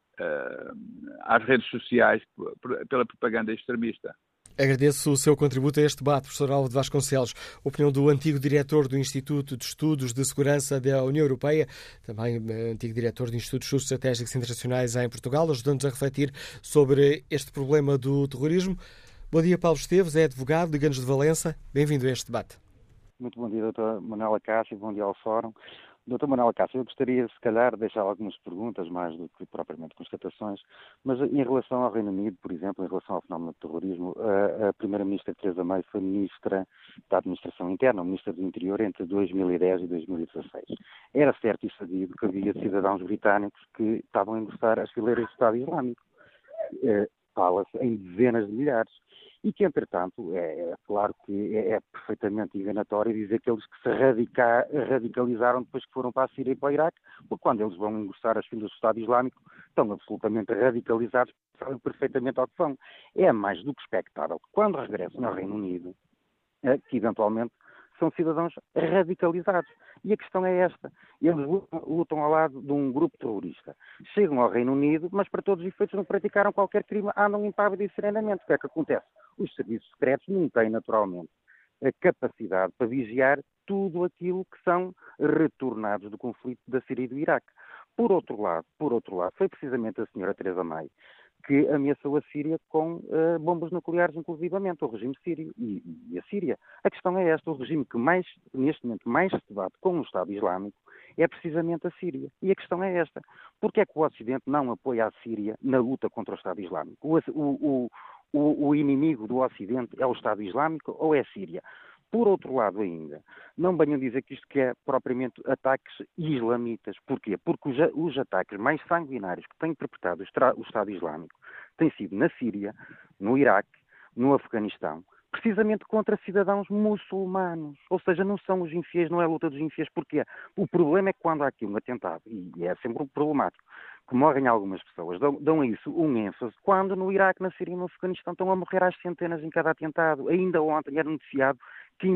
às redes sociais pela propaganda extremista. Agradeço o seu contributo a este debate, professor Álvaro de Vasconcelos. Opinião do antigo diretor do Instituto de Estudos de Segurança da União Europeia, também antigo diretor do Instituto de Estudos Estratégicos Internacionais em Portugal, ajudando-nos a refletir sobre este problema do terrorismo. Bom dia, Paulo Esteves, é advogado de Ganos de Valença. Bem-vindo a este debate. Muito bom dia, doutor Manuela Cássio, bom dia ao Fórum. doutor Manuela Cássio, eu gostaria, se calhar, de deixar algumas perguntas, mais do que propriamente constatações, mas em relação ao Reino Unido, por exemplo, em relação ao fenómeno do terrorismo, a, a primeira-ministra Theresa May foi ministra da Administração Interna, ministra do Interior, entre dois mil e dez e dois mil e dezasseis. Era certo e sabido que havia cidadãos britânicos que estavam a engrossar as fileiras do Estado Islâmico. Eh, Fala-se em dezenas de milhares. E que, entretanto, é, é claro que é, é perfeitamente enganatório dizer que eles que se radica, radicalizaram depois que foram para a Síria e para o Iraque, porque quando eles vão engrossar as filas do Estado Islâmico, estão absolutamente radicalizados, sabem perfeitamente ao que vão. É mais do que expectável que quando regressam ao Reino Unido, é, que eventualmente são cidadãos radicalizados. E a questão é esta. Eles lutam, lutam ao lado de um grupo terrorista. Chegam ao Reino Unido, mas para todos os efeitos não praticaram qualquer crime, andam impávidos e serenamente. O que é que acontece? Os serviços secretos não têm, naturalmente, a capacidade para vigiar tudo aquilo que são retornados do conflito da Síria e do Iraque. Por outro lado, por outro lado, foi precisamente a senhora Theresa May que ameaçou a Síria com uh, bombas nucleares, inclusivamente, o regime sírio e, e a Síria. A questão é esta, o regime que mais, neste momento, mais se debate com o Estado Islâmico é precisamente a Síria. E a questão é esta, porque é que o Ocidente não apoia a Síria na luta contra o Estado Islâmico? O, o, o, o inimigo do Ocidente é o Estado Islâmico ou é a Síria? Por outro lado ainda, não venham dizer que isto que é propriamente ataques islamitas. Porquê? Porque os, os ataques mais sanguinários que tem perpetrado o, o Estado Islâmico têm sido na Síria, no Iraque, no Afeganistão, precisamente contra cidadãos muçulmanos. Ou seja, não são os infiéis, não é a luta dos infiéis. Porquê? O problema é que quando há aqui um atentado, e é sempre problemático, que morrem algumas pessoas, dão, dão a isso um ênfase, quando no Iraque, na Síria e no Afeganistão estão a morrer às centenas em cada atentado. Ainda ontem era noticiado que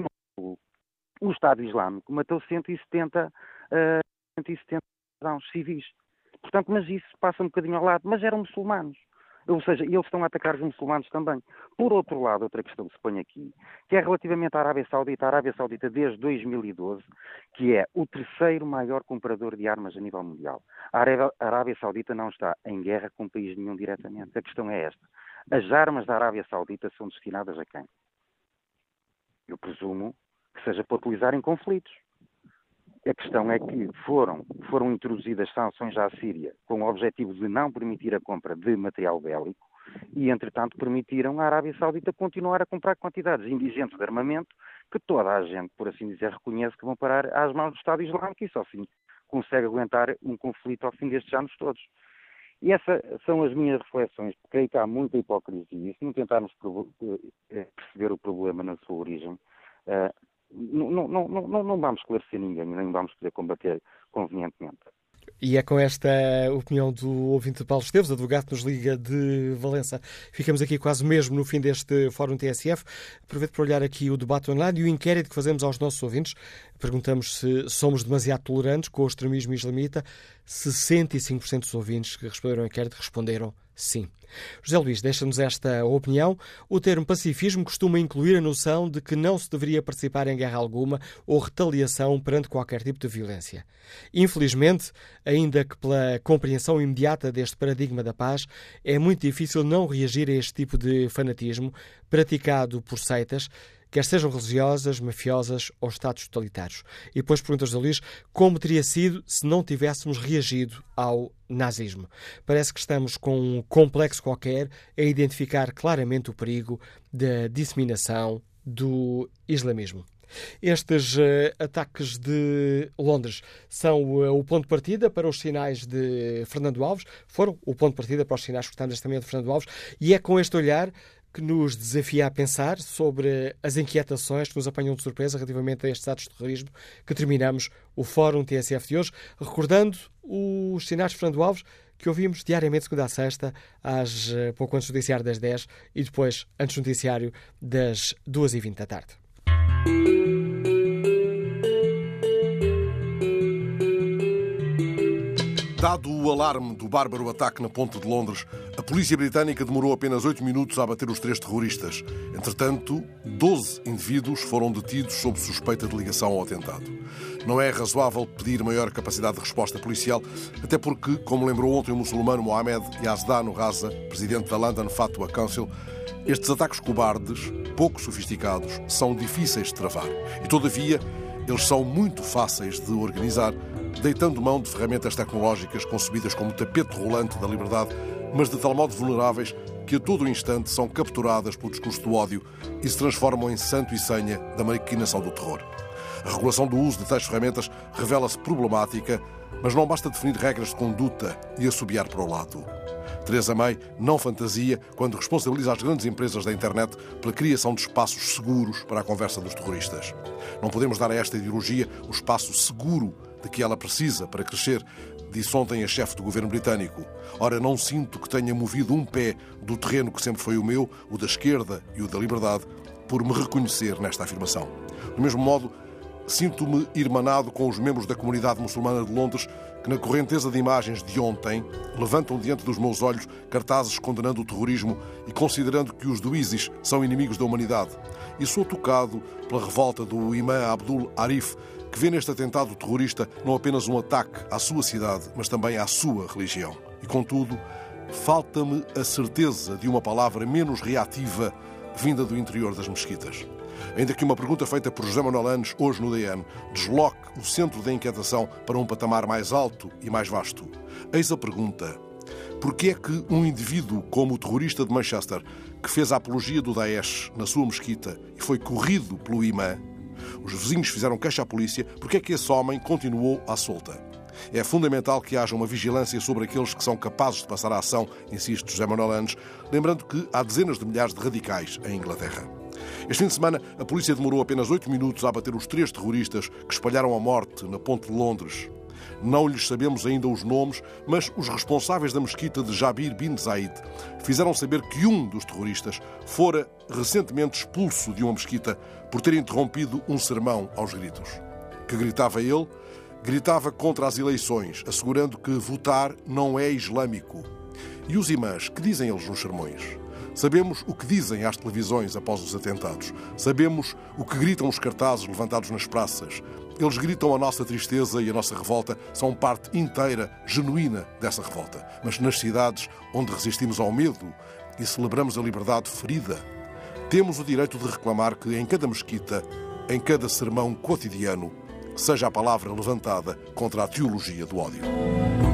o Estado Islâmico matou cento e setenta, uh, cento e setenta cidadãos civis. Portanto, mas isso passa um bocadinho ao lado. Mas eram muçulmanos. Ou seja, eles estão a atacar os muçulmanos também. Por outro lado, outra questão que se põe aqui, que é relativamente à Arábia Saudita. A Arábia Saudita, desde dois mil e doze, que é o terceiro maior comprador de armas a nível mundial. A Arábia, a Arábia Saudita não está em guerra com país nenhum diretamente. A questão é esta. As armas da Arábia Saudita são destinadas a quem? Eu presumo que seja para utilizar em conflitos. A questão é que foram, foram introduzidas sanções à Síria com o objetivo de não permitir a compra de material bélico e, entretanto, permitiram à Arábia Saudita continuar a comprar quantidades indigentes de armamento que toda a gente, por assim dizer, reconhece que vão parar às mãos do Estado Islâmico e só assim consegue aguentar um conflito ao fim destes anos todos. E essas são as minhas reflexões, porque creio que há muita hipocrisia. Se não tentarmos perceber o problema na sua origem, não, não, não, não, não vamos esclarecer ninguém, nem vamos poder combater convenientemente. E é com esta opinião do ouvinte Paulo Esteves, advogado que nos liga de Valença. Ficamos aqui quase mesmo no fim deste Fórum T S F. Aproveito para olhar aqui o debate online e o inquérito que fazemos aos nossos ouvintes. Perguntamos se somos demasiado tolerantes com o extremismo islamita. sessenta e cinco por cento dos ouvintes que responderam ao inquérito responderam sim. José Luís, deixa-nos esta opinião. O termo pacifismo costuma incluir a noção de que não se deveria participar em guerra alguma ou retaliação perante qualquer tipo de violência. Infelizmente, ainda que pela compreensão imediata deste paradigma da paz, é muito difícil não reagir a este tipo de fanatismo praticado por seitas, quer sejam religiosas, mafiosas ou estados totalitários. E depois pergunta José Luís como teria sido se não tivéssemos reagido ao nazismo. Parece que estamos com um complexo qualquer a identificar claramente o perigo da disseminação do islamismo. Estes uh, ataques de Londres são uh, o ponto de partida para os sinais de Fernando Alves, foram o ponto de partida para os sinais que estamos neste momento de Fernando Alves, e é com este olhar que nos desafia a pensar sobre as inquietações que nos apanham de surpresa relativamente a estes atos de terrorismo que terminamos o Fórum T S F de hoje, recordando os sinais de Fernando Alves que ouvimos diariamente segunda a sexta, às pouco antes do noticiário das dez e depois antes do noticiário das duas e vinte da tarde. Dado o alarme do bárbaro ataque na Ponte de Londres, a polícia britânica demorou apenas oito minutos a abater os três terroristas. Entretanto, doze indivíduos foram detidos sob suspeita de ligação ao atentado. Não é razoável pedir maior capacidade de resposta policial, até porque, como lembrou ontem o muçulmano Mohamed Yazdan Raza, presidente da London Fatwa Council, estes ataques cobardes, pouco sofisticados, são difíceis de travar. E, todavia, eles são muito fáceis de organizar, deitando mão de ferramentas tecnológicas concebidas como tapete rolante da liberdade, mas de tal modo vulneráveis que a todo o instante são capturadas pelo discurso do ódio e se transformam em santo e senha da maquinação do terror. A regulação do uso de tais ferramentas revela-se problemática, mas não basta definir regras de conduta e assobiar para o lado. Theresa May não fantasia quando responsabiliza as grandes empresas da internet pela criação de espaços seguros para a conversa dos terroristas. Não podemos dar a esta ideologia o espaço seguro de que ela precisa para crescer, disse ontem a chefe do governo britânico. Ora, não sinto que tenha movido um pé do terreno que sempre foi o meu, o da esquerda e o da liberdade, por me reconhecer nesta afirmação. Do mesmo modo, sinto-me irmanado com os membros da comunidade muçulmana de Londres que, na correnteza de imagens de ontem, levantam diante dos meus olhos cartazes condenando o terrorismo e considerando que os do ISIS são inimigos da humanidade. E sou tocado pela revolta do imã Abdul Arif, que vê neste atentado terrorista não apenas um ataque à sua cidade, mas também à sua religião. E, contudo, falta-me a certeza de uma palavra menos reativa vinda do interior das mesquitas. Ainda que uma pergunta feita por José Manuel Anes, hoje no D N, desloque o centro da inquietação para um patamar mais alto e mais vasto. Eis a pergunta: por que é que um indivíduo como o terrorista de Manchester, que fez a apologia do Daesh na sua mesquita e foi corrido pelo imã, os vizinhos fizeram queixa à polícia, porque é que esse homem continuou à solta? É fundamental que haja uma vigilância sobre aqueles que são capazes de passar a ação, insiste José Manuel Anes, lembrando que há dezenas de milhares de radicais em Inglaterra. Este fim de semana, a polícia demorou apenas oito minutos a abater os três terroristas que espalharam a morte na Ponte de Londres. Não lhes sabemos ainda os nomes, mas os responsáveis da mesquita de Jabir bin Zayed fizeram saber que um dos terroristas fora recentemente expulso de uma mesquita por ter interrompido um sermão aos gritos. Que gritava ele? Gritava contra as eleições, assegurando que votar não é islâmico. E os imãs, que dizem eles nos sermões? Sabemos o que dizem às televisões após os atentados. Sabemos o que gritam os cartazes levantados nas praças. Eles gritam a nossa tristeza e a nossa revolta, são parte inteira, genuína dessa revolta. Mas nas cidades onde resistimos ao medo e celebramos a liberdade ferida, temos o direito de reclamar que em cada mesquita, em cada sermão cotidiano, seja a palavra levantada contra a teologia do ódio.